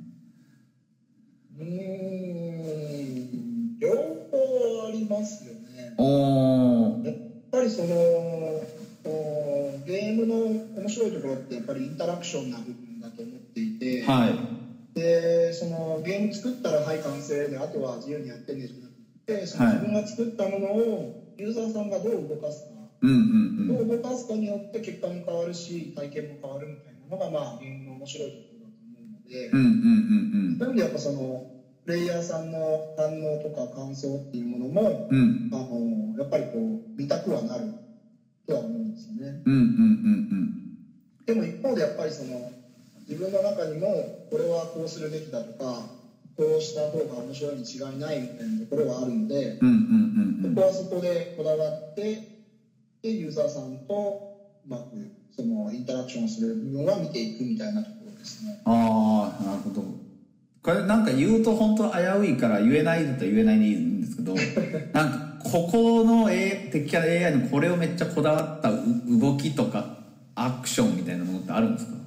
両方ありますよね。やっぱりそのゲームの面白いところってやっぱりインタラクションな部分だと思っていて、でそのゲーム作ったらはい完成であとは自由にやってねじゃなくて、その自分が作ったものをユーザーさんがどう動かすか、どう動かすかによって結果も変わるし体験も変わるみたいなのがゲームの面白いところだと思うので、そういう意味でやっぱそのプレイヤーさんの反応とか感想っていうものも、やっぱりこう見たくはなるとは思うんですよね。でも一方でやっぱりその自分の中にもこれはこうするべきだとかこうした方が面白いに違いないみたいなところはあるので、そこはそこでこだわってでユーザーさんとうまくそのインタラクションする部分は見ていくみたいなところですね。 なるほど。これなんか言うと本当危ういから言えないだと言えないでいいんですけどなんかここの敵キャラ AI のこれをめっちゃこだわった動きとかアクションみたいなものってあるんですか？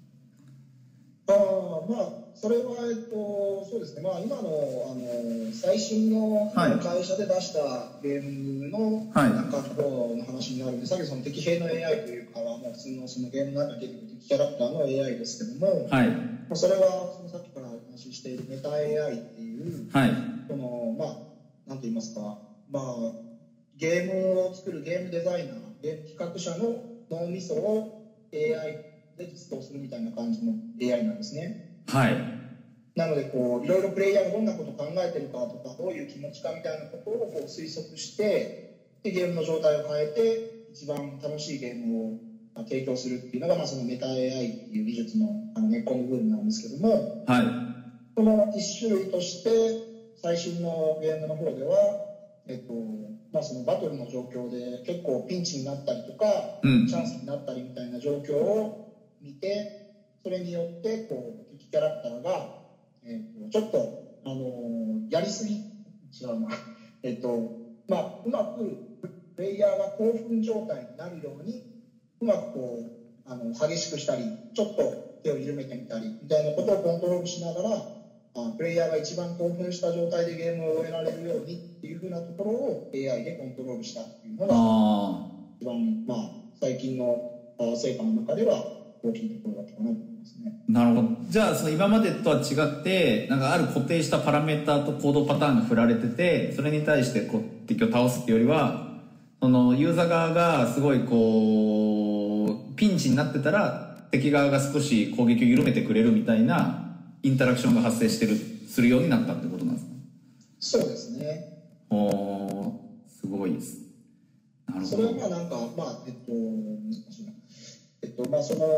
それはそうですね。今の最新の会社で出したゲームのなんかの話になるんで、さっきその敵兵の AI というかはもう普通のそのゲームの中で出てくる敵キャラクターの AI ですけども、それはそのさっきからお話ししているメタ AI っていう、そのなんと言いますか、ゲームを作るゲームデザイナー、ゲーム企画者の脳みそを AI で実装するみたいな感じの AI なんですね。なのでこういろいろプレイヤーがどんなことを考えてるかとかどういう気持ちかみたいなことをこう推測してでゲームの状態を変えて一番楽しいゲームを提供するっていうのがそのメタ AI っていう技術の根っこの部分なんですけども、その一種類として最新のゲームの方では、そのバトルの状況で結構ピンチになったりとか、チャンスになったりみたいな状況を見てそれによってこう敵キャラクターが、ちょっとやりすぎ違うなうまくプレイヤーが興奮状態になるようにうまくこう激しくしたりちょっと手を緩めてみたりみたいなことをコントロールしながらプレイヤーが一番興奮した状態でゲームを終えられるようにっていうふうなところを AI でコントロールしたっていうのが一番最近の成果の中では大きいところだったかなと思いますね。 なるほど。じゃあその今までとは違ってなんかある固定したパラメーターと行動パターンが振られててそれに対してこう敵を倒すっていうよりはそのユーザー側がすごいこうピンチになってたら敵側が少し攻撃を緩めてくれるみたいなインタラクションが発生するようになったってことなんですか？ そうですね。 すごいです。なるほど。 それはまあなんか難しいな。その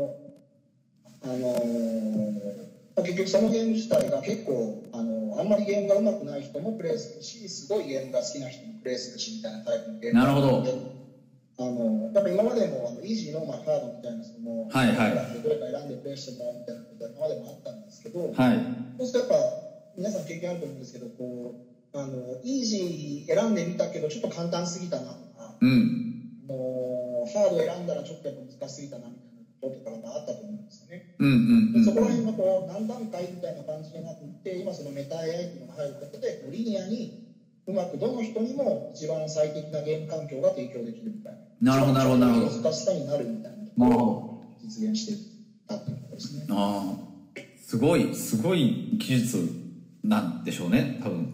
結局そのゲーム自体が結構あんまりゲームが上手くない人もプレイするし、すごいゲームが好きな人もプレイするしみたいなタイプのゲーム。 なるほど。 やっぱ今までもイージーノーマルハードみたいなどれか選んでプレイしてもらうみたいなことは今までもあったんですけど、そうするとやっぱ皆さん経験あると思うんですけど、イージー選んでみたけどちょっと簡単すぎたなとか、ハード選んだらちょっとやっぱ難しすぎたなみたいなこととかがあったと思うんですよね。でそこら辺が何段階みたいな感じになっていて、今そのメタ AI っていうのが入ることでリニアにうまくどの人にも一番最適なゲーム環境が提供できるみたいな。 なるほどなるほどなるほど。 難しさになるみたいなところを実現してたっていうことですね。 すごい技術なんでしょうね、多分。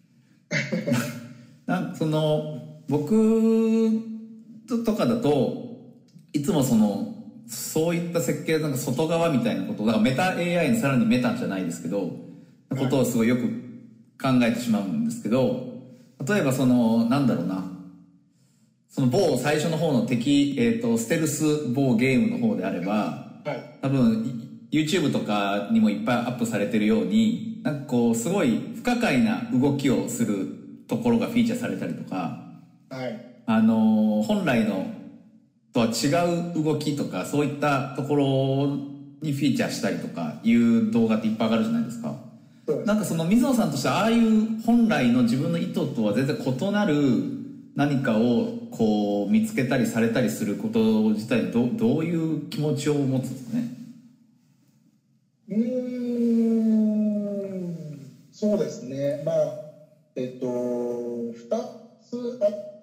僕とかだといつもそういった設計の外側みたいなこと、だからメタ AI にさらにメタじゃないですけど、ことをすごいよく考えてしまうんですけど、例えばなんだろうな、某最初の方の敵、ステルス某ゲームの方であれば、多分 YouTube とかにもいっぱいアップされてるように、なんかすごい不可解な動きをするところがフィーチャーされたりとか、本来のとは違う動きとかそういったところにフィーチャーしたりとかいう動画っていっぱい上がるじゃないですか。なんか水野さんとしてはああいう本来の自分の意図とは全然異なる何かを見つけたりされたりすること自体どういう気持ちを持つんですかね。 そうですね。2つあって、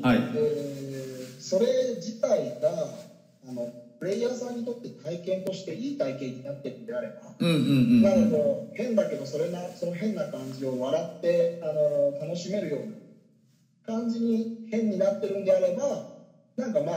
それ自体がプレイヤーさんにとって体験としていい体験になっているのであれば、変だけどその変な感じを笑って楽しめるような感じに変になってるんであれば、なんか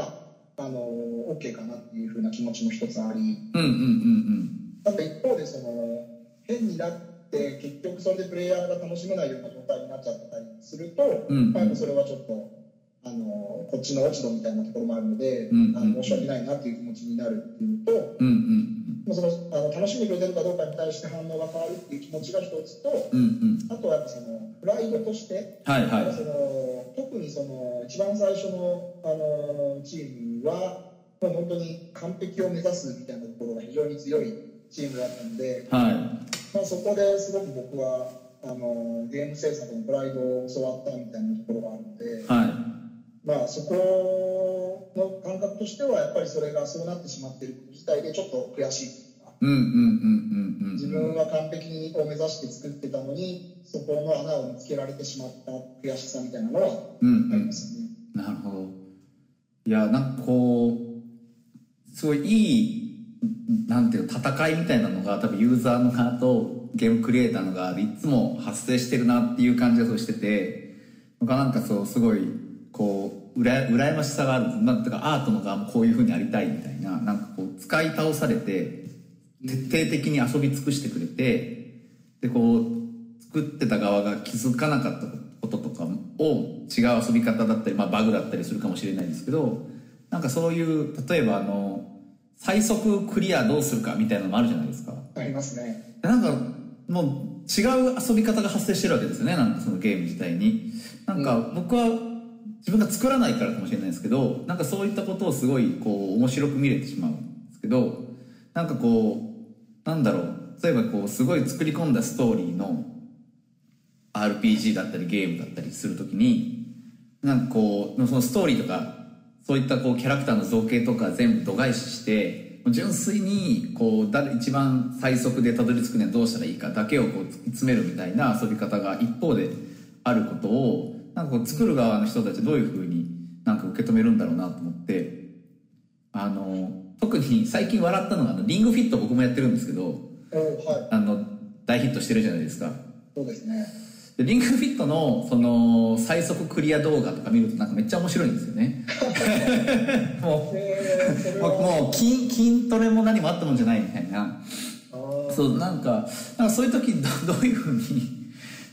OK かなっていうふうな気持ちも一つあり、ただ一方で変になって結局それでプレイヤーが楽しめないような状態になっちゃったりすると、それはちょっとこっちの落ち度みたいなところもあるので、申し訳ないなっていう気持ちになるっていうのと、楽しんでくれてるかどうかに対して反応が変わるっていう気持ちが一つと、あとはやっぱプライドとして、特に一番最初のチームはもう本当に完璧を目指すみたいなところが非常に強いチームだったので、そこですごく僕はゲーム制作のプライドを教わったみたいなところがあるので、そこの感覚としてはやっぱりそれがそうなってしまっていること自体でちょっと悔しいというか、自分は完璧を目指して作ってたのにそこの穴を見つけられてしまった悔しさみたいなのはありますね。 なるほど。いや、なんかすごいいいなんていう戦いみたいなのが多分ユーザーの側とゲームクリエイターの側でいつも発生してるなっていう感じがそうしてて、なんかすごい羨ましさがある。なんていうかアートの側もこういう風にありたいみたいな、なんか使い倒されて徹底的に遊び尽くしてくれて、で作ってた側が気づかなかったこととかを違う遊び方だったり、バグだったりするかもしれないですけど、なんかそういう例えば最速クリアどうするかみたいなのもあるじゃないですか。 ありますね。 なんかもう違う遊び方が発生してるわけですよね。なんかそのゲーム自体に。なんか僕は自分が作らないからかもしれないですけど、なんかそういったことをすごい面白く見れてしまうんですけど、なんかなんだろう、例えばすごい作り込んだストーリーの RPG だったりゲームだったりするときに、なんかそのストーリーとかそういったキャラクターの造形とか全部度外視して、純粋に一番最速でたどり着くにはどうしたらいいかだけを突き詰めるみたいな遊び方が一方であることを、なんか作る側の人たちどういうふうになんか受け止めるんだろうなと思って、特に最近笑ったのがリングフィット僕もやってるんですけど、大ヒットしてるじゃないですか。 そうですね。 でリングフィットの最速クリア動画とか見るとなんかめっちゃ面白いんですよね。もう筋トレも何もあったもんじゃないみたいな。なんかそういう時どういうふうに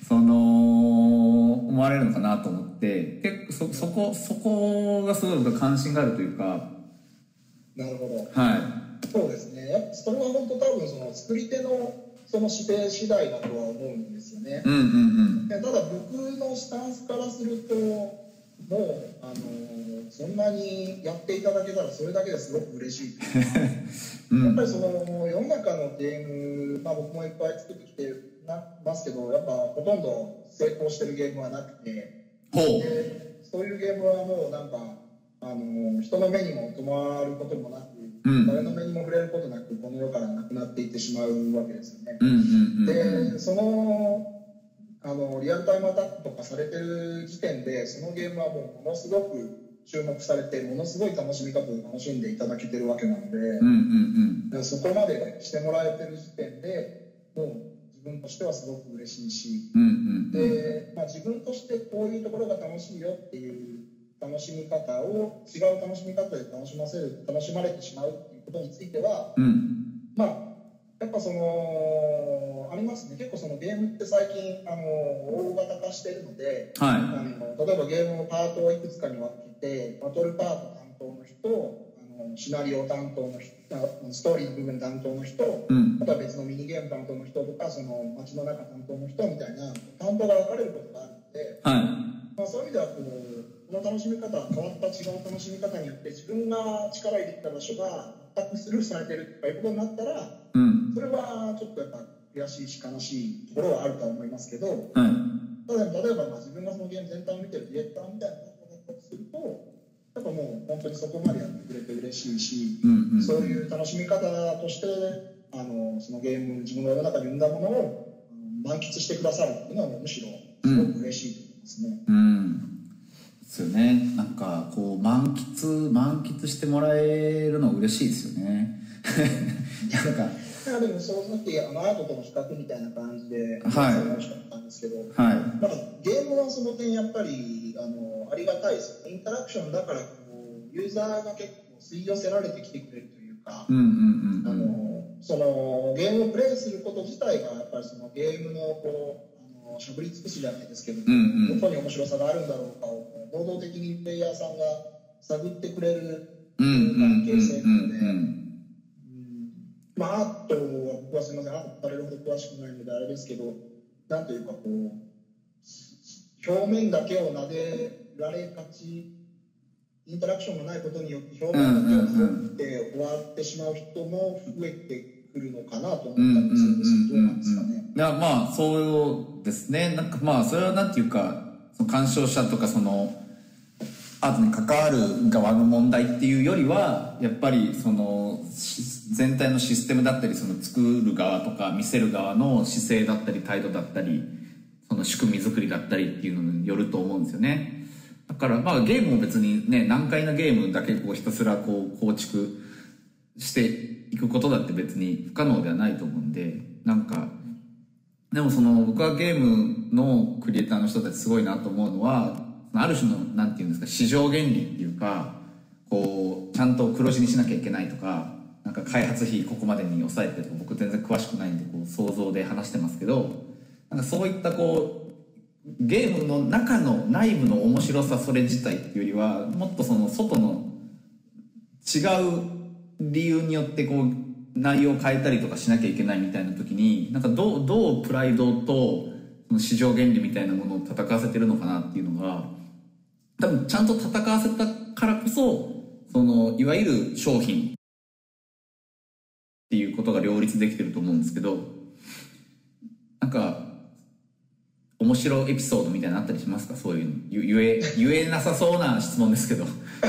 思われるのかなと思って、結構そこがすごい関心があるというか。 なるほど。 はい。 そうですね。やっぱそれは本当多分その作り手のその指定次第だとは思うんですよね。ただ僕のスタンスからすると、もうそんなにやっていただけたらそれだけですごく嬉しいというか、やっぱりその世の中のゲーム、僕もいっぱい作ってきてますけど、やっぱほとんど成功してるゲームはなくて、でそういうゲームはもうなんか人の目にも留まることもなく、誰の目にも触れることなくこの世からなくなっていってしまうわけですよね。でそのリアルタイムアタックとかされてる時点でそのゲームはもうものすごく注目されてものすごい楽しみ方で楽しんでいただけてるわけなので、そこまでしてもらえてる時点でもう自分としてはすごく嬉しいし、で、自分としてこういうところが楽しいよっていう楽しみ方を違う楽しみ方で楽しまれてしまうっていうことについては、やっぱありますね。結構そのゲームって最近大型化してるので、例えばゲームのパートをいくつかに分けて、バトルパート担当の人、シナリオ担当の人、ストーリーの部分担当の人、あとは別のミニゲーム担当の人とか、その街の中担当の人みたいな担当が分かれることがあるので、そういう意味ではこの楽しみ方、変わった違う楽しみ方によって自分が力入れてた場所が全くスルーされてるとかいうことになったら、それはちょっとやっぱ悔しいし悲しいところはあるとは思いますけど、ただ例えば自分がそのゲーム全体を見てるディレクターみたいなことだったとすると、やっぱもう本当にそこまでやってくれて嬉しいし、そういう楽しみ方としてそのゲーム自分の世の中に生んだものを満喫してくださるっていうのはむしろすごく嬉しいと思いますね。 ですよね。なんかこう満喫してもらえるの嬉しいですよね。 でもその時アートとの比較みたいな感じで楽しかったんですけど、なんかゲームはその点やっぱりありがたいです。インタラクションだからユーザーが結構吸い寄せられてきてくれるというか、そのゲームをプレイすること自体がやっぱりそのゲームのしゃぶり尽くしじゃないですけど、どこに面白さがあるんだろうかを能動的にプレイヤーさんが探ってくれる関係性なので、アートは僕はすみません、アート語れるほど詳しくないのであれですけど、なんというか表面だけを撫でられがち、インタラクションがないことによって表面だけを拾って終わってしまう人も増えてくるのかなと思ったんですけど、どうなんですかね。 いやそうですね。なんかそれはなんていうか、その鑑賞者とかそのアートに関わる側の問題っていうよりは、やっぱりその全体のシステムだったり、その作る側とか見せる側の姿勢だったり態度だったり、その仕組み作りだったりっていうのによると思うんですよね。だからゲームも別にね、難解なゲームだけひたすら構築していくことだって別に不可能ではないと思うんで、なんかでも僕はゲームのクリエイターの人たちすごいなと思うのは、ある種のなんていうんですか、市場原理っていうか、ちゃんと黒字にしなきゃいけないとか、なんか開発費ここまでに抑えてとか、僕全然詳しくないんで想像で話してますけど、なんかそういったゲームの中の内部の面白さそれ自体っていうよりは、もっとその外の違う理由によって内容を変えたりとかしなきゃいけないみたいな時に、なんかどうプライドとその市場原理みたいなものを戦わせてるのかなっていうのが、多分ちゃんと戦わせたからこそ、そのいわゆる商品っていうことが両立できてると思うんですけど、なんか面白いエピソードみたいなのあったりしますか？そういうの言えなさそうな質問ですけど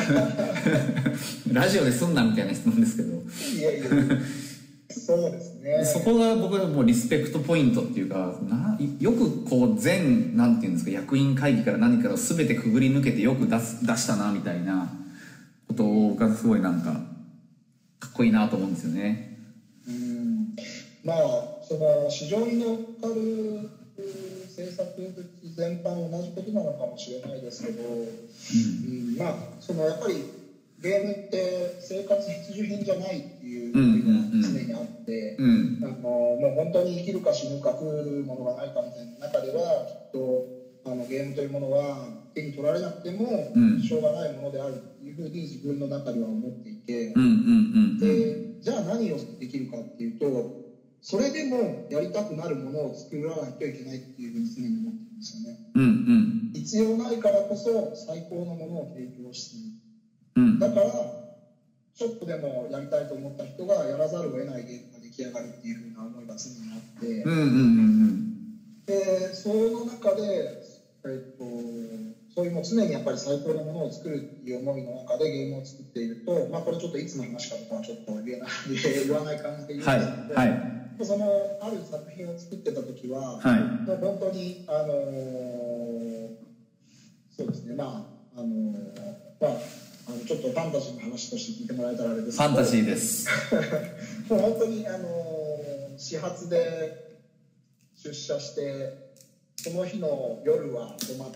ラジオですんなみたいな質問ですけど、 いやそうですね。 そこが僕はもうリスペクトポイントっていうか、よく全なんていうんですか、役員会議から何から全てくぐり抜けてよく出したなみたいなことがすごいなんかかっこいいなと思うんですよね。 その市場に乗っかる政策全般同じことなのかもしれないですけど、そのやっぱりゲームって生活必需品じゃないっていうのが常にあって、もう本当に生きるか死ぬか食うものがないかみたいな中ではきっとゲームというものは手に取られなくてもしょうがないものであるというふうに自分の中では思っていて、でじゃあ何をできるかっていうと、それでもやりたくなるものを作らないといけないっていうふうに常に思ってるんですよね。必要ないからこそ最高のものを提供している。だからちょっとでもやりたいと思った人がやらざるを得ないゲームが出来上がるっていうふうな思いが常にあって、でその中で、そういうもう常にやっぱり最高のものを作るっていう思いの中でゲームを作っていると、これちょっといつの話かとかはちょっと言わない感じで言うんですけど、そのある作品を作ってた時は、もう本当にそうですね、ちょっとファンタジーの話として聞いてもらえたらあれですけど、 ファンタジーですもう本当に始発で出社してその日の夜は泊まって、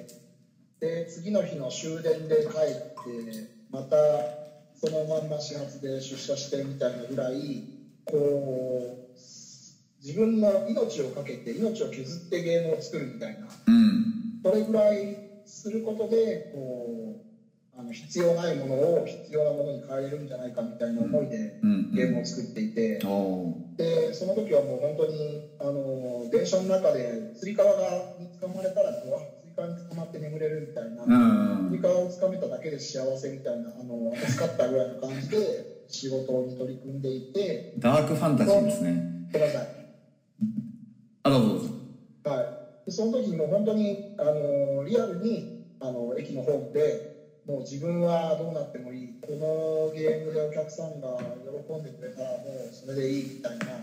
で次の日の終電で帰ってまたそのまんま始発で出社してみたいなぐらい、こう自分の命をかけて命を削ってゲームを作るみたいな、それぐらいすることでこう必要ないものを必要なものに変えれるんじゃないかみたいな思いでゲームを作っていて、でその時はもう本当に電車の中でつり革につかまれたらつり革につかまって眠れるみたいな、つり革をつかめただけで幸せみたいな助かったぐらいの感じで仕事に取り組んでいて、 ダークファンタジーですね。 ごめんなさい。 どうぞ。 でその時にもう本当にリアルに駅のホームでもう自分はどうなってもいい、このゲームでお客さんが喜んでくれたらもうそれでいいみたいな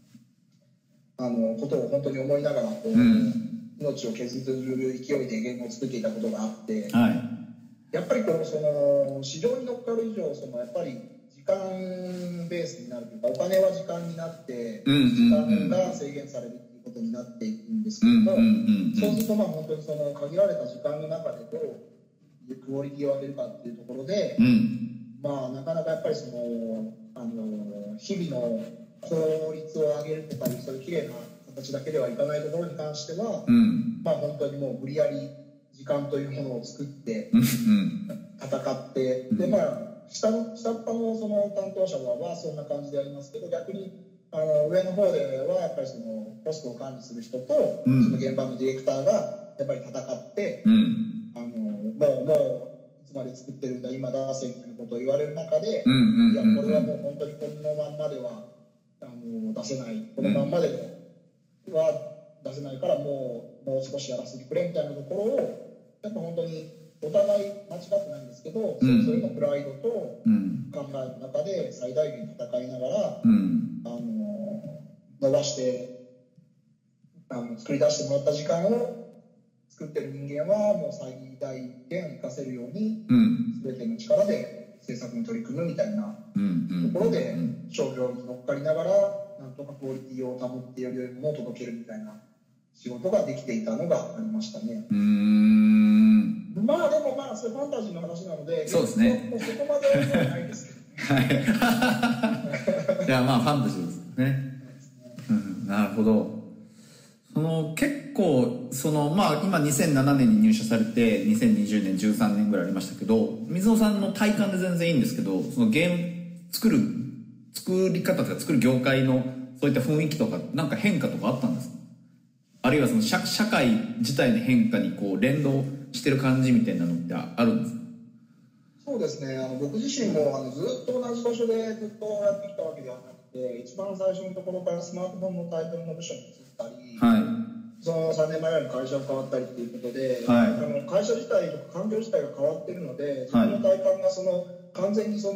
ことを本当に思いながら命を削る勢いでゲームを作っていたことがあって、やっぱり市場に乗っかる以上やっぱり時間ベースになるというか、お金は時間になって時間が制限されるっていうことになっていくんですけども、そうすると本当に限られた時間の中でどうクオリティを上げるかっていうところで、なかなかやっぱり日々の効率を上げるとかいうそういう綺麗な形だけではいかないところに関しては、本当にもう無理やり時間というものを作って戦って、で下っ端のその担当者はそんな感じでやりますけど、逆に上の方ではやっぱりコストを管理する人とその現場のディレクターがやっぱり戦って、もういつまで作ってるんだ今出せみたいなことを言われる中で、いやこれはもう本当にこのまんまでは出せない、このまんまでは出せないからもう少しやらせてくれみたいなところをやっぱ本当にお互い間違ってないんですけど、それぞれのプライドと考えの中で最大限戦いながら、伸ばして作り出してもらった時間を作ってる人間はもう最大限活かせるように、全ての力で制作に取り組むみたいなところで商業に乗っかりながらなんとかクオリティを保ってより良いものを届けるみたいな仕事ができていたのがありましたね。でもそれファンタジーの話なので、 そうですね、 そこまではないですけどね。 いやファンタジーですね。なるほど。結構今2007年に入社されて2020年13年ぐらいありましたけど、水野さんの体感で全然いいんですけど、ゲーム作り方とか作る業界のそういった雰囲気とかなんか変化とかあったんですか？あるいは社会自体の変化に連動してる感じみたいなのってあるんですか？ そうですね、僕自身もずっと同じ場所でずっとやってきたわけではなくて、一番最初のところからスマートフォンのタイトルの部署に移ったり、その3年前ぐらいに会社が変わったりっていうことで、会社自体とか環境自体が変わってるので、自分の体感が完全に世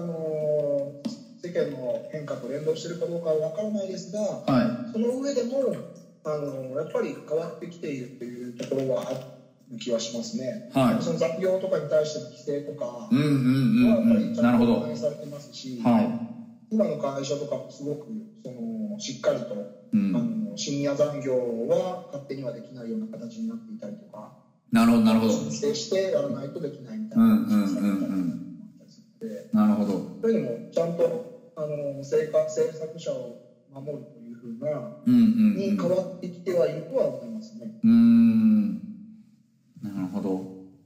間の変化と連動してるかどうかは分からないですが、その上でもやっぱり変わってきているっていうところはある気はしますね。その雑業とかに対しての規制とかはやっぱりちゃんと反映されてますし、今の会社とかもすごくしっかりと、深夜残業は勝手にはできないような形になっていたりとか、 なるほど申請してやらないとできないみたいな形にされたりで、 なるほど。 そういうのもちゃんと制作者を守るというふうなに変わってきてはいるとは思いますね。 なるほど。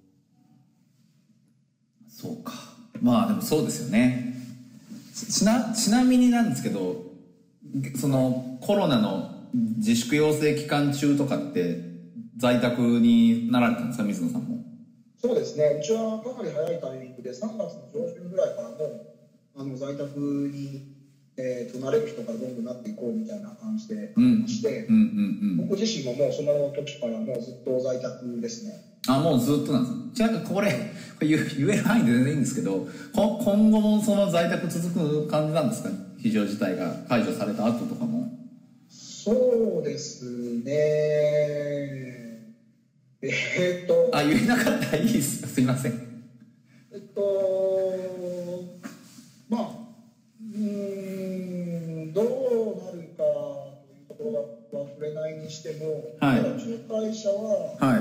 そうか。まあでもそうですよね。ちなみになんですけど、そのコロナの自粛要請期間中とかって在宅になられたんですか、水野さんも。 そうですね、うちはかなり早いタイミングで3月の上旬ぐらいからも在宅に、なれる人がどんどんなっていこうみたいな感じでまして、僕自身ももうその時からもうずっと在宅ですね。 もうずっとなんです。じゃあこれ言える範囲で全然いいんですけど、今後もその在宅続く感じなんですか、非常事態が解除された後とかも。 そうですね。言えなかったらいいです。すいません。 まあどうなるかというところは触れないにしても、 はい、 うちの会社は、 はい、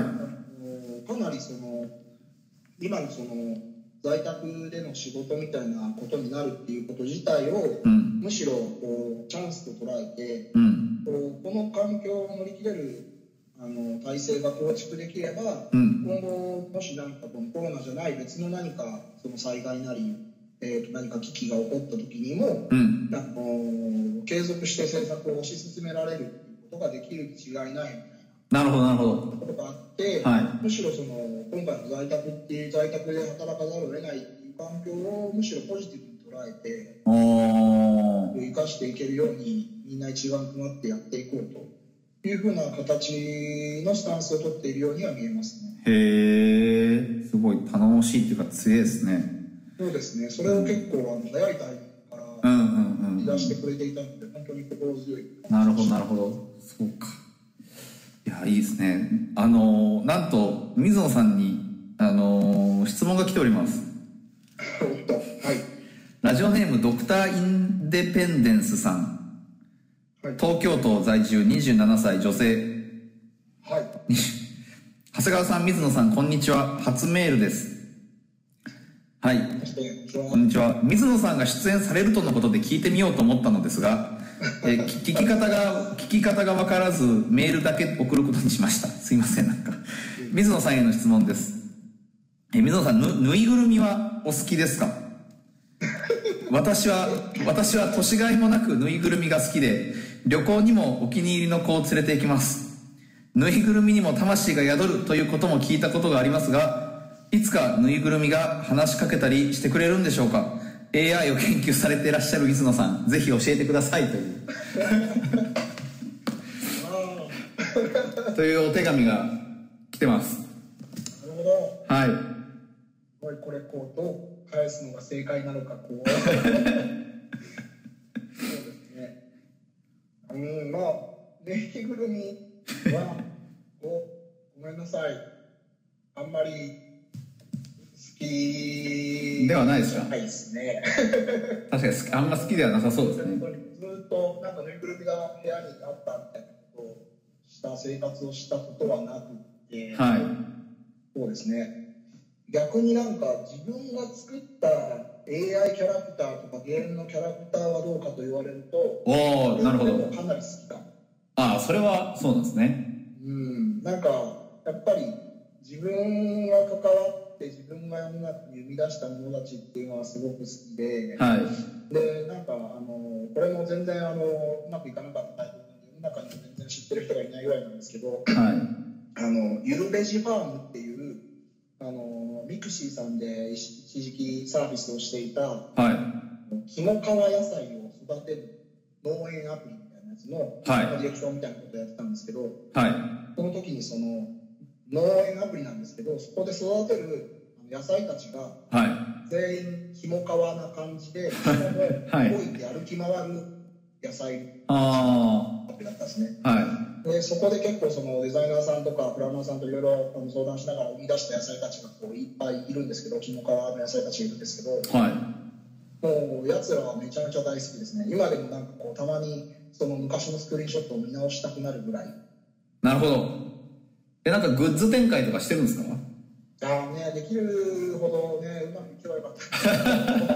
かなり今の在宅での仕事みたいなことになるっていうこと自体を、むしろチャンスと捉えて、この環境を乗り切れる体制が構築できれば、今後もし何かこのコロナじゃない別の何かその災害なり、何か危機が起こった時にも、継続して政策を推し進められるっていうことができるに違いないみたいな。 なるほどなるほど。 ことがあって、むしろ今回の在宅っていう在宅で働かざるを得ないっていう環境をむしろポジティブに捉えて生かしていけるようにみんな一丸となってやっていこうというふうな形のスタンスを取っているようには見えますね。 へえ、すごい頼もしいっていうか強いですね。 そうですね、それを結構早いタイミングから見出してくれていたので本当に心強い。 なるほどなるほど、そうか。いや、いいですね。なんと水野さんに質問が来ております。 はい、 ラジオネームドクターインデペンデンスさん、東京都在住27歳女性。 はい。 長谷川さん、水野さん、こんにちは。初メールです。はい。こんにちは。水野さんが出演されるとのことで聞いてみようと思ったのですが、聞き方が分からずメールだけ送ることにしました。すいません、なんか。水野さんへの質問です。水野さん、ぬいぐるみはお好きですか？私は年がいもなくぬいぐるみが好きで、旅行にもお気に入りの子を連れて行きます。ぬいぐるみにも魂が宿るということも聞いたことがありますが、いつかぬいぐるみが話しかけたりしてくれるんでしょうか？ AI を研究されていらっしゃる水野さん、ぜひ教えてくださいというというお手紙が来てます。 なるほど。 はい。 これどう返すのが正解なのかそうですね。まあぬいぐるみはごめんなさい、あんまり好きではないですか？ ないですね。 確かにあんま好きではなさそうですね。 ずっとなんかぬいぐるみが部屋にあったみたいなことをした生活をしたことはなくて、 はい。 そうですね。逆になんか自分が作った AI キャラクターとかゲームのキャラクターはどうかと言われると、 なるほど。 かなり好きか。 それはそうなんですね。 なんかやっぱり自分が関わって自分が世の中に生み出したものたちっていうのはすごく好きで、 はい。 でなんかこれも全然うまくいかなかったタイプなので世の中には全然知ってる人がいないぐらいなんですけど、 はい。 ゆるベジファームっていうミクシーさんで一時期サービスをしていた、キモカワ野菜を育てる農園アプリみたいなやつのディレクションみたいなことをやってたんですけど、その時にその農園アプリなんですけど、そこで育てる野菜たちが全員キモカワな感じで、しかも動いて歩き回る野菜アプリだったんですね。でそこで結構そのデザイナーさんとかプランナーさんといろいろ相談しながら生み出した野菜たちがいっぱいいるんですけど、キモカワの野菜たちがいるんですけど、もうやつらはめちゃめちゃ大好きですね。今でもなんかたまにその昔のスクリーンショットを見直したくなるぐらい。 なるほど。なんかグッズ展開とかしてるんですか？ できるほどね、うまくいけばよかった。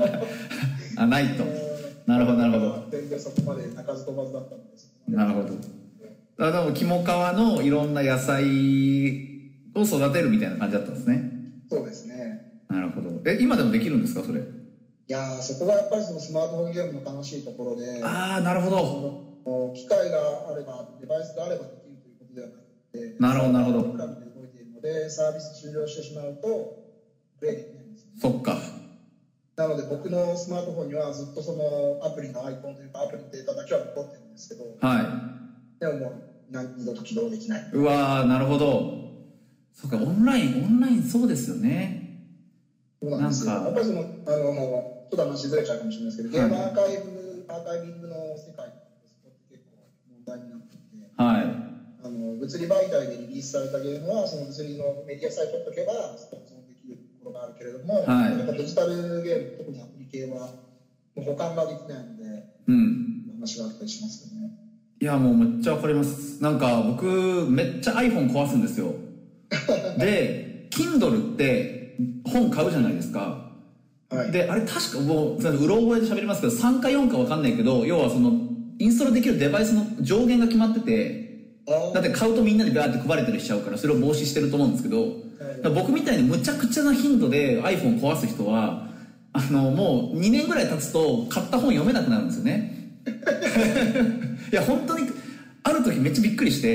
肝皮のいろんな野菜を育てるみたいな感じだったんですね。 そうですね。 なるほど。今でもできるんですか、それ？ いやそこがやっぱりそのスマートフォンゲームの楽しいところで、 なるほど。 機械があれば、デバイスがあればできるということではなくて、 なるほどなるほど。 プログラムで動いているので、サービス終了してしまうとプレイできないんですよね。 そっか。 なので僕のスマートフォンにはずっとそのアプリのアイコンというかアプリのデータだけは残ってるんですけど、 はい。 でももう二度と起動できない。 うわー、なるほど。そっか、オンラインそうですよね。 そうなんですよ。やっぱりそのちょっと話しずれちゃうかもしれないですけど、ゲームアーカイビングの世界って結構問題になっていて、 はい。 物理媒体でリリースされたゲームはその物理のメディアさえ取っとけば保存できるところがあるけれども、 はい、 やっぱデジタルゲーム、特にアプリ系はもう保管ができないので、話があったりしますよね。 いや、もうめっちゃわかります。なんか僕めっちゃ iPhone 壊すんですよ。で Kindle って本買うじゃないですか。はい、であれ確かもううろ覚えで喋りますけど3か4か分かんないけど、要はそのインストールできるデバイスの上限が決まってて、だって買うとみんなにバーって配れたりしちゃうから、それを防止してると思うんですけど、僕みたいにむちゃくちゃな頻度で iPhone 壊す人はもう2年ぐらい経つと買った本読めなくなるんですよね。いや本当にある時めっちゃびっくりして、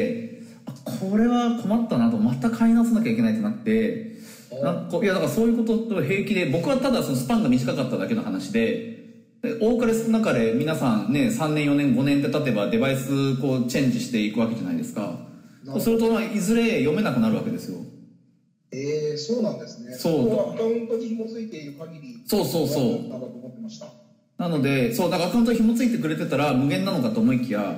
これは困ったなと、また買い直さなきゃいけないってなって、いやだからそういうことと平気で、僕はただそのスパンが短かっただけの話で、多かれ少なかれ皆さんね3年4年5年って経てばデバイスこうチェンジしていくわけじゃないですか。そうするといずれ読めなくなるわけですよ。 そうなんですね。そうアカウントに紐づいている限り、そうなんだと思ってました。 なのでだからアカウントに紐づいてくれてたら無限なのかと思いきや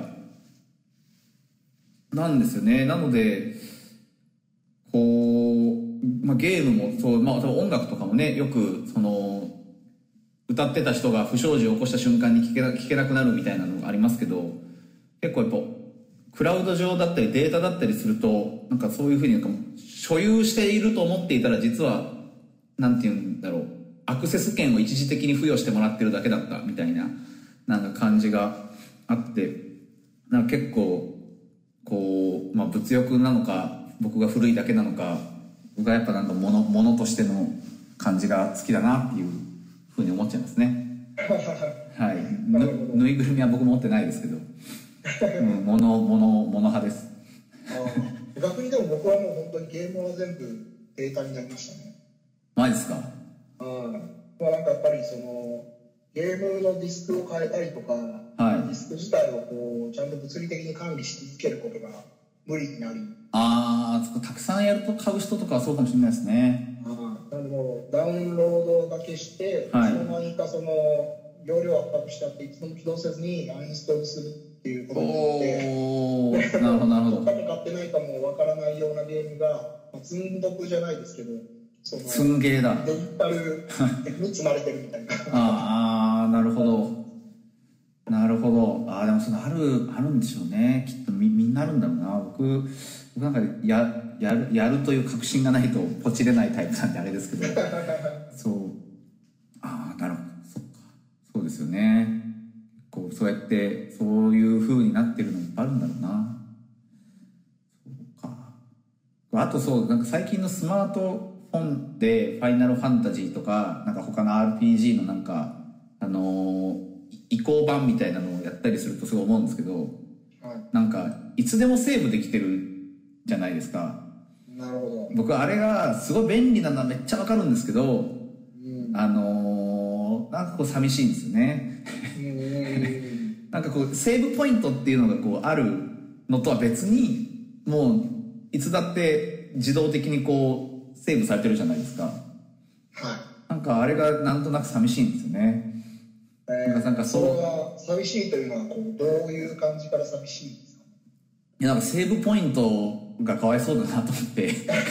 なんですよね。なのでこう、ゲームもそう、多分音楽とかもね、よくその歌ってた人が不祥事を起こした瞬間に聴けなくなるみたいなのがありますけど、結構やっぱクラウド上だったりデータだったりすると、なんかそういうふうに所有していると思っていたら、実はなんていうんだろう、アクセス権を一時的に付与してもらってるだけだったみたいななんか感じがあって、なんか結構こう、物欲なのか僕が古いだけなのか、僕はやっぱなんか物としての感じが好きだなっていうふうに思っちゃいますね。はい。ぬいぐるみは僕持ってないですけど、物派です。 逆にでも僕はもう本当にゲームは全部データになりましたね。 マジですか？ なんかやっぱりそのゲームのディスクを変えたりとか、ディスク自体をこうちゃんと物理的に管理し続けることが無理になり、 たくさんやると買う人とかはそうかもしれないですね。 なのでもうダウンロードだけして、いつの間にかその容量圧迫しちゃっていつでも起動せずにアンインストールするっていうことになって、なるほどなるほど。買ってないかもわからないようなゲームが、積んどくじゃないですけど、 積んゲーだ。 デジタルに積まれてるみたいな。 なるほど。なるほど。でもそのあるんでしょうね。きっとみんなあるんだろうな。僕なんかやるという確信がないとポチれないタイプなんであれですけど。そう。なるほど。そっか。そうですよね。こうそうやってそういう風になってるのもいっぱいあるんだろうな。そうか。あとなんか最近のスマートフォンでファイナルファンタジーとかなんか他の RPG のなんか移行版みたいなのをやったりするとすごい思うんですけど、なんかいつでもセーブできてるじゃないですか。 なるほど。 僕あれがすごい便利なのはめっちゃわかるんですけど、なんかこう寂しいんですよね。なんかこうセーブポイントっていうのがこうあるのとは別に、もういつだって自動的にこうセーブされてるじゃないですか。なんかあれがなんとなく寂しいんですよね。 なんかそれは寂しいというのはこうどういう感じから寂しいんですか？ いやなんかセーブポイントがかわいそうだなと思って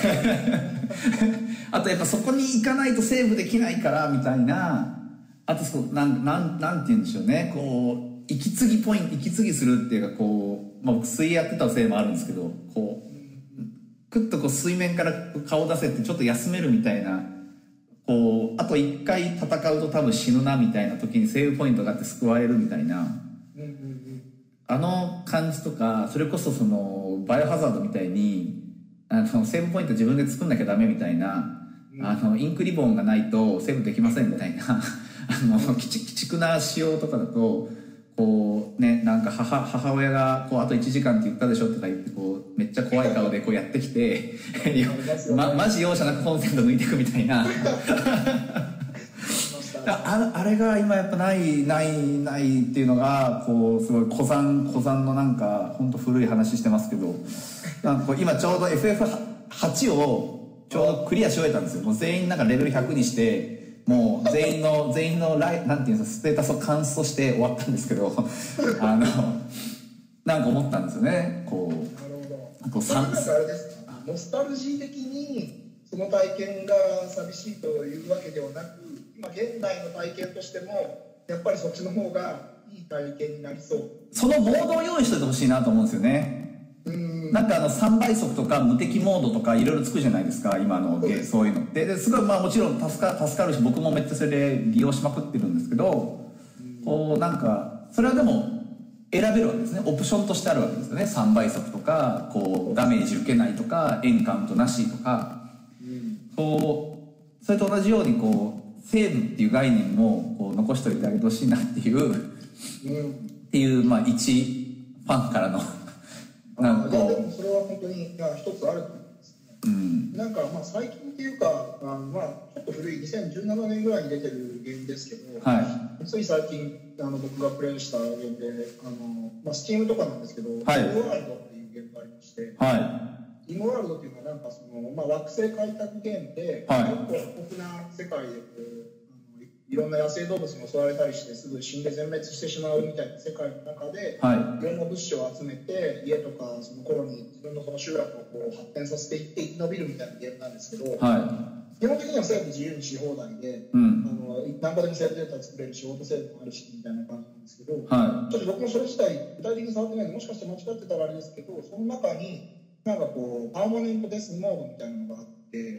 あとやっぱそこに行かないとセーブできないからみたいな、あとなんて言うんでしょうね、こう息継ぎするっていうか、こう、僕水泳やってたせいもあるんですけど、こうクッとこう水面から顔出せてちょっと休めるみたいな、こうあと1回戦うと多分死ぬなみたいな時にセーブポイントがあって救われるみたいな、あの感じとか、それこそそのバイオハザードみたいにセーブポイント自分で作んなきゃダメみたいな、インクリボンがないとセーブできませんみたいな鬼畜な仕様とかだとこうね、なんか母親がこうあと1時間って言ったでしょとか言ってこうめっちゃ怖い顔でこうやってきてマジ容赦なくコンセント抜いていくみたいなあれが今やっぱないっていうのがこうすごい古参のなんか本当古い話してますけど、なんかこう今ちょうど FF8 をちょうどクリアし終えたんですよ。もう全員なんかレベル100にしてもう全員のなんていうんですか、ステータスを完走して終わったんですけどなんか思ったんですよね。こうなるほど。なんかあれですか、ノスタルジー的にその体験が寂しいというわけではなく、今現代の体験としてもやっぱりそっちの方がいい体験になりそう。 そのモードを用意しておいてほしいなと思うんですよね。なんか3倍速とか無敵モードとかいろいろつくじゃないですか今のそういうのですごいまあもちろん助かるし、僕もめっちゃそれで利用しまくってるんですけど、こうなんかそれはでも選べるわけですね。オプションとしてあるわけですよね。3倍速とかこうダメージ受けないとかエンカウントなしとか、こうそれと同じようにこうセーブっていう概念もこう残しておいてあげてほしいなっていうまあ一ファンからのなんかでもそれは本当に一つあると思いますね。なんかまあ最近っていうかまあちょっと古い2017年ぐらいに出てるゲームですけど、つい最近僕がプレイしたゲームでまあ Steam とかなんですけど、イモワールドっていうゲームがありまして、イモワールドっていうのはなんかまあ惑星開拓ゲームで、結構過酷な世界でいろんな野生動物に襲われたりしてすぐ死んで全滅してしまうみたいな世界の中で、いろんな物資を集めて家とかその頃に自分のその集落をこう発展させていって生き延びるみたいなゲームなんですけど、基本的にはセーブ自由にし放題で、何個でもセーブデータ作れるしオートセーブもあるしみたいな感じなんですけど、ちょっと僕もそれ自体具体的に触ってないのでもしかして間違ってたらあれですけど、その中になんかこうパーマネントデスモードみたいなのがあって、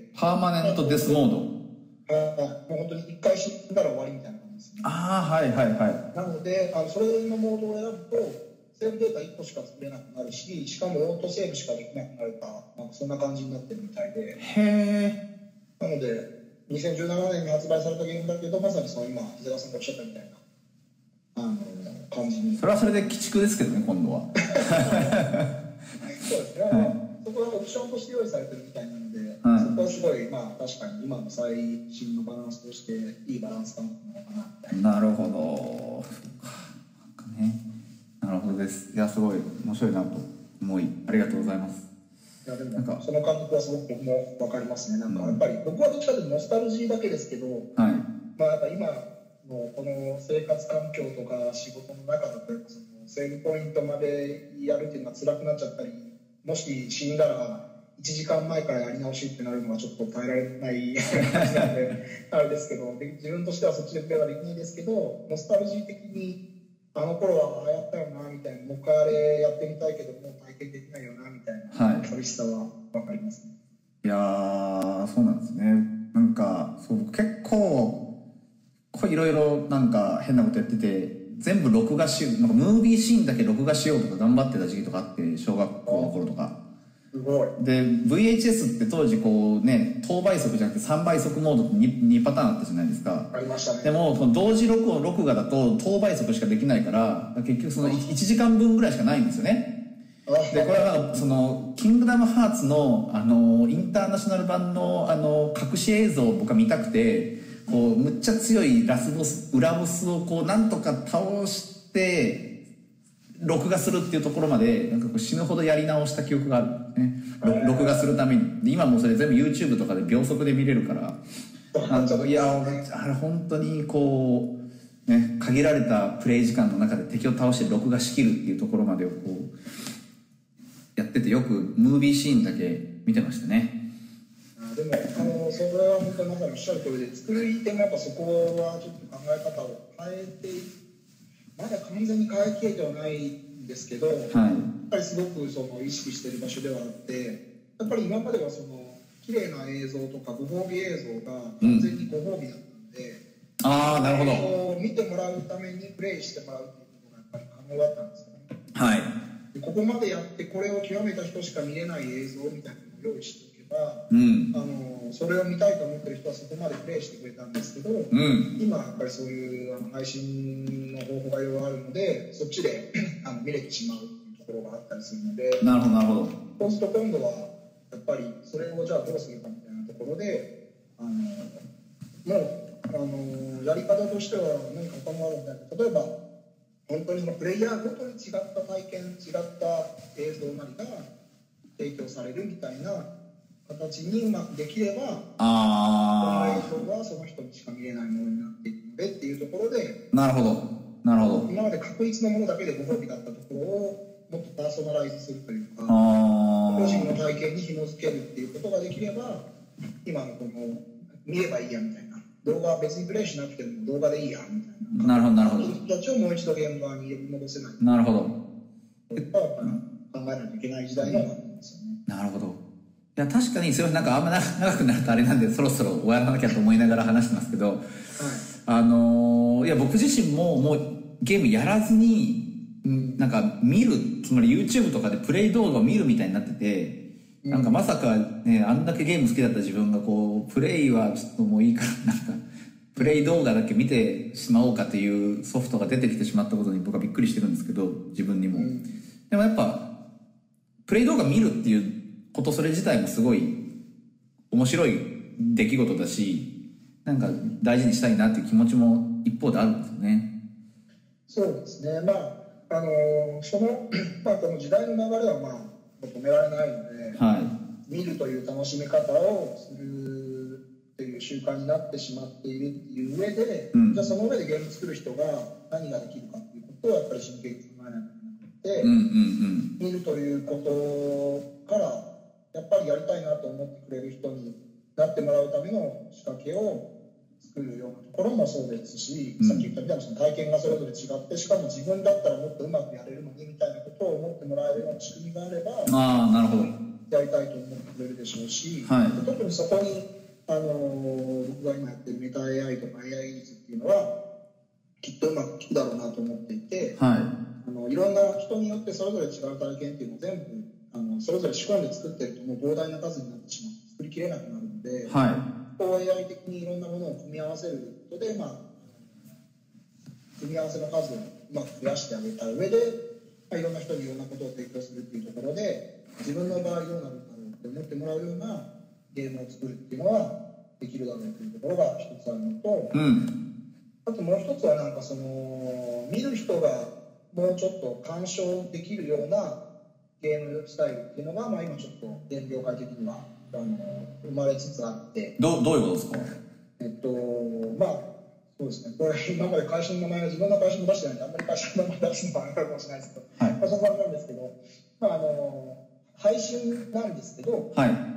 パーマネントデスモード、 もう本当に一回死んだら終わりみたいな感じですね。なのでそれのモードを選ぶとセーブデータ1個しか作れなくなるしかもオートセーブしかできなくなるか、なんかそんな感じになってるみたいで、なので2017年に発売されたゲームだけどまさにその今伊沢さんがおっしゃったみたいな感じに、 それはそれで鬼畜ですけどね今度はそうですね、そこはオプションとして用意されてるみたいなので、そこはすごいまあ確かに今の最新のバランスとしていいバランス感なのかなみたいな。 なるほど、なるほどです。いやすごい面白いなと思いありがとうございます。 いやでもその感覚はすごく僕も分かりますね。なんかやっぱり僕はどっちかというとノスタルジーだけですけど、まあやっぱ今のこの生活環境とか仕事の中だとそのセーブポイントまでやるっていうのが辛くなっちゃったり、もし死んだら1時間前からやり直しってなるのはちょっと耐えられない話なのであれですけど、自分としてはそっちでプレイはできないですけど、ノスタルジー的にあの頃はああやったよなみたいな、もう一回あれやってみたいけどもう体験できないよなみたいな寂しさは分かりますね。 いやーそうなんですね。なんかそう結構いろいろなんか変なことやってて、全部録画しよう、なんかムービーシーンだけ録画しようとか頑張ってた時期とかあって、小学校の頃とかで VHS って当時こうね等倍速じゃなくて3倍速モードって 2パターンあったじゃないですか。 ありましたね。 でもその同時録画だと等倍速しかできないから結局その1時間分ぐらいしかないんですよね。でこれはそのキングダムハーツのインターナショナル版の隠し映像を僕は見たくて、こうむっちゃ強いラスボス裏ボスをこうなんとか倒して録画するっていうところまでなんかこう死ぬほどやり直した記憶があるね。録画するために。で今もうそれ全部 YouTube とかで秒速で見れるから、なんかいやあれ本当にこうね限られたプレイ時間の中で敵を倒して録画しきるっていうところまでをこうやってて、よくムービーシーンだけ見てましたね。 でもそれは本当にまさにおっしゃる通りで、作り手もやっぱそこはちょっと考え方を変えて、まだ完全に変えきれてはないんですけど、やっぱりすごくその意識している場所ではあって、やっぱり今まではその綺麗な映像とかご褒美映像が完全にご褒美だったので、 なるほど。 見てもらうためにプレイしてもらうっていうことがやっぱり可能だったんですよね。こここまでやってこれを極めた人しか見れない映像みたいなのを用意しておけば、それを見たいと思ってる人はそこまでプレイしてくれたんですけど、今やっぱりそういう配信の方法がいろいろあるので、そっちで見れてしまうっていうところがあったりするので、 なるほどなるほど。 そうすると今度はやっぱりそれをじゃあどうするかみたいなところで、もうやり方としては何か他もあるんだけど、例えば本当にプレイヤーごとに違った体験、違った映像なりが提供されるみたいな形にうまくできれば、この映像はその人にしか見れないものになっていくのでっていうところで、 なるほどなるほど。 今まで確一のものだけでご褒美だったところをもっとパーソナライズするというか、個人の体験に紐付けるっていうことができれば、今のこの見ればいいやみたいな、動画は別にプレイしなくても動画でいいやみたいな、 なるほどなるほど。 人たちをもう一度現場に呼び戻せない、 なるほど。 考えないといけない時代にはなってますよね。 なるほど。いや確かにそれなんかあんま長くなるとあれなんでそろそろ終わらなきゃと思いながら話してますけど、いや僕自身ももうゲームやらずになんか見る、つまり YouTube とかでプレイ動画を見るみたいになってて、なんかまさかね、あんだけゲーム好きだった自分がこうプレイはちょっともういいからなんかプレイ動画だけ見てしまおうかというソフトが出てきてしまったことに僕はびっくりしてるんですけど、自分にも。でもやっぱプレイ動画見るっていうことそれ自体もすごい面白い出来事だし、なんか大事にしたいなっていう気持ちも一方であるんですよね。 そうですね。この時代の流れは止められないので、見るという楽しみ方をするっていう習慣になってしまっているっていう上で、じゃあその上でゲーム作る人が何ができるかっていうことをやっぱり真剣に考えなきゃいけなくて、見るということからやっぱりやりたいなと思ってくれる人になってもらうための仕掛けを作るようなところもそうですし、さっき言ったみたいなその体験がそれぞれ違って、しかも自分だったらもっとうまくやれるのにみたいなことを思ってもらえるような仕組みがあれば、 なるほど、 やりたいと思ってくれるでしょうし、特にそこに僕が今やってるメタ AI とか AI 技術っていうのはきっとうまくいくだろうなと思っていて、いろんな人によってそれぞれ違う体験っていうのを全部それぞれ仕込んで作ってるともう膨大な数になってしまって作りきれなくなるので、AI 的にいろんなものを組み合わせることで、組み合わせの数をうまく増やしてあげた上で、いろんな人にいろんなことを提供するっていうところで、自分の場合どうなるんだろうって思ってもらうようなゲームを作るっていうのはできるだろうというところが一つあるのと、あともう一つはなんか見る人がもうちょっと鑑賞できるようなゲームスタイルっていうのが、今ちょっとゲーム業界的には生まれつつあって。 どういうことですか？ そうですね、これ今まで会社の名前は自分の会社も出してないんであんまり会社の名前出すのはあるかもしれないですけど、会社の名前なんですけど、配信なんですけど、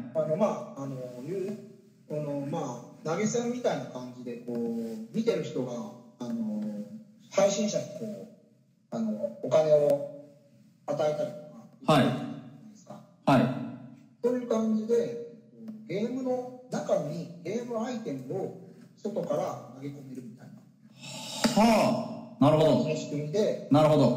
投げ銭みたいな感じでこう見てる人が配信者にお金を与えたりとか、そういう感じでゲームの中にゲームアイテムを外から投げ込めるみたいな。 なるほど。 仕組みで、 なるほど。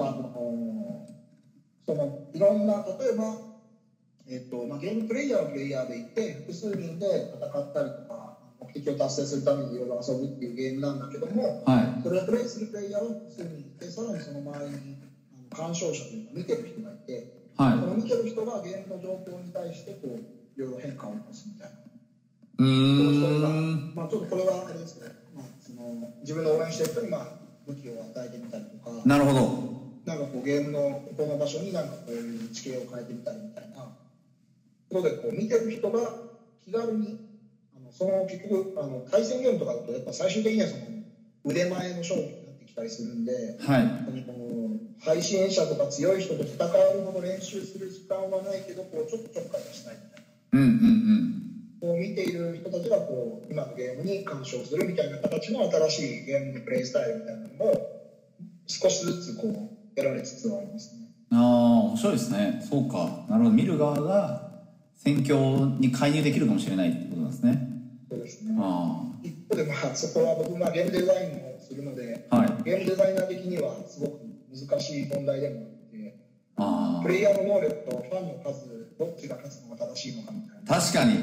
いろんな、例えば、ゲームプレイヤーはプレイヤーでいて、複数人で戦ったりとか、目的を達成するためにいろいろ遊ぶっていうゲームなんだけども、それをプレイするプレイヤーは複数人いて、さらにその周りに鑑賞者というか見てる人がいて、その見てる人がゲームの状況に対していろいろ変化を起こすみたいな。ちょっとこれはあれですけど、自分の応援してる人に武器を与えてみたりとか、 なるほど。 なんかゲームのここの場所になんかこういう地形を変えてみたりみたいなことで見てる人が気軽に結局対戦ゲームとかだとやっぱ最終的には腕前の勝負になってきたりするんで、配信者とか強い人と戦えるほど練習する時間はないけどちょっとちょっかいはしたいみたいな。見ている人たちが今のゲームに干渉するみたいな形の新しいゲームのプレイスタイルみたいなのも少しずつ得られつつありますね。 面白いですね。そうか、なるほど。見る側が戦況に介入できるかもしれないってことなんですね。 そうですね。一方でそこは僕ゲームデザインをするので、ゲームデザイナー的にはすごく難しい問題でもあって、 プレイヤーの能力とファンの数、どっちが勝つのが正しいのかみたいな。 確かに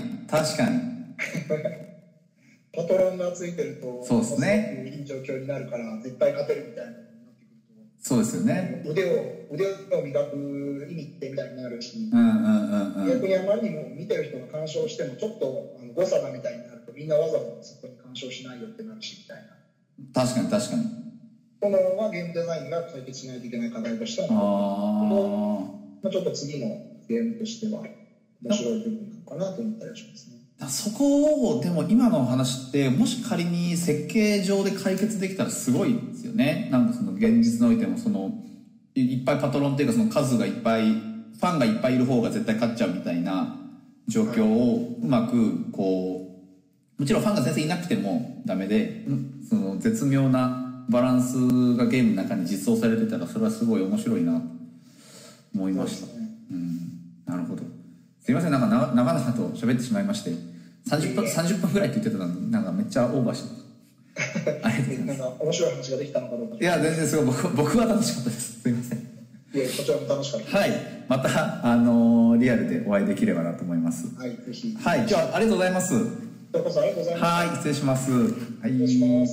パトロンがついてるとそうですね、 いい状況になるから絶対勝てるみたいなのになってくると、 そうですよね、 腕を磨く意味ってみたいになるし、逆にあまりにも見てる人が干渉してもちょっと誤差がみたいになるとみんなわざわざそこに干渉しないよってなるしみたいな。 確かにこのはゲームデザインが解決しないといけない課題としては、ちょっと次のゲームとしては面白い部分なのかなと思ったりはしますね。 そこをでも今の話ってもし仮に設計上で解決できたらすごいですよね。なんかその現実においてもそのいっぱいパトロンっていうかその数がいっぱいファンがいっぱいいる方が絶対勝っちゃうみたいな状況をうまくこう、もちろんファンが全然いなくてもダメで、その絶妙なバランスがゲームの中に実装されてたらそれはすごい面白いなと思いました。なるほど。すいません、なんか長々と喋ってしまいまして30分ぐらいって言ってたのになんかめっちゃオーバーしてた。ありがとうございます。 なんか面白い話ができたのかどうか。 いや全然すごい僕は楽しかったです。すいません。 こちらも楽しかったです。 はい、またリアルでお会いできればなと思います。 はい、ぜひ。 はい、じゃあありがとうございます。 どうもありがとうございます。 はい、失礼します。はい、 失礼します。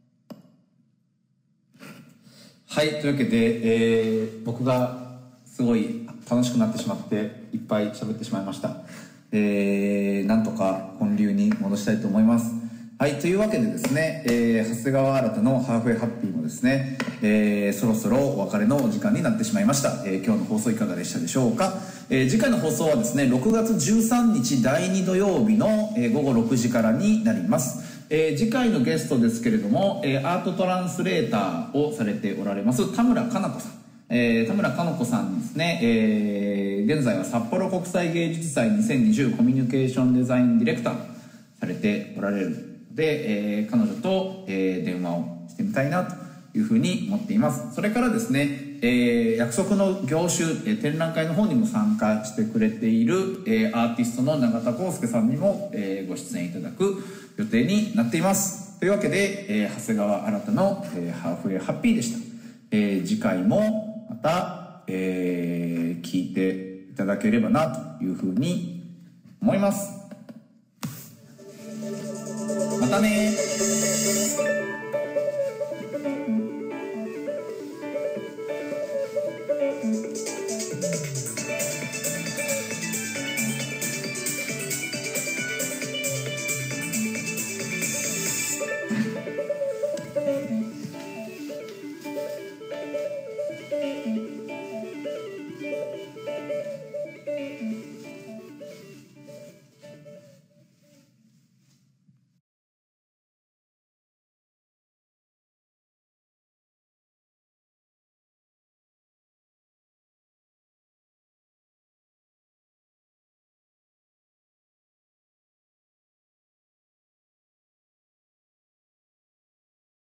はい、というわけで、僕がすごい楽しくなってしまっていっぱい喋ってしまいました。なんとか本流に戻したいと思います。はい、というわけでですね、長谷川新のハーフウェイハッピーもですね、そろそろお別れのお時間になってしまいました。今日の放送いかがでしたでしょうか。次回の放送はですね、6月13日第2土曜日の、午後6時からになります。次回のゲストですけれども、アートトランスレーターをされておられます田村かな子さん。田村かな子さんですね、現在は札幌国際芸術祭2020コミュニケーションデザインディレクターされておられるので、彼女と、電話をしてみたいなというふうに思っています。それからですね、約束の業種、展覧会の方にも参加してくれている、アーティストの永田康介さんにも、ご出演いただく予定になっています。というわけで、長谷川新の、ハーフウェイハッピーでした。次回もまた、聞いていただければなというふうに思います。またね。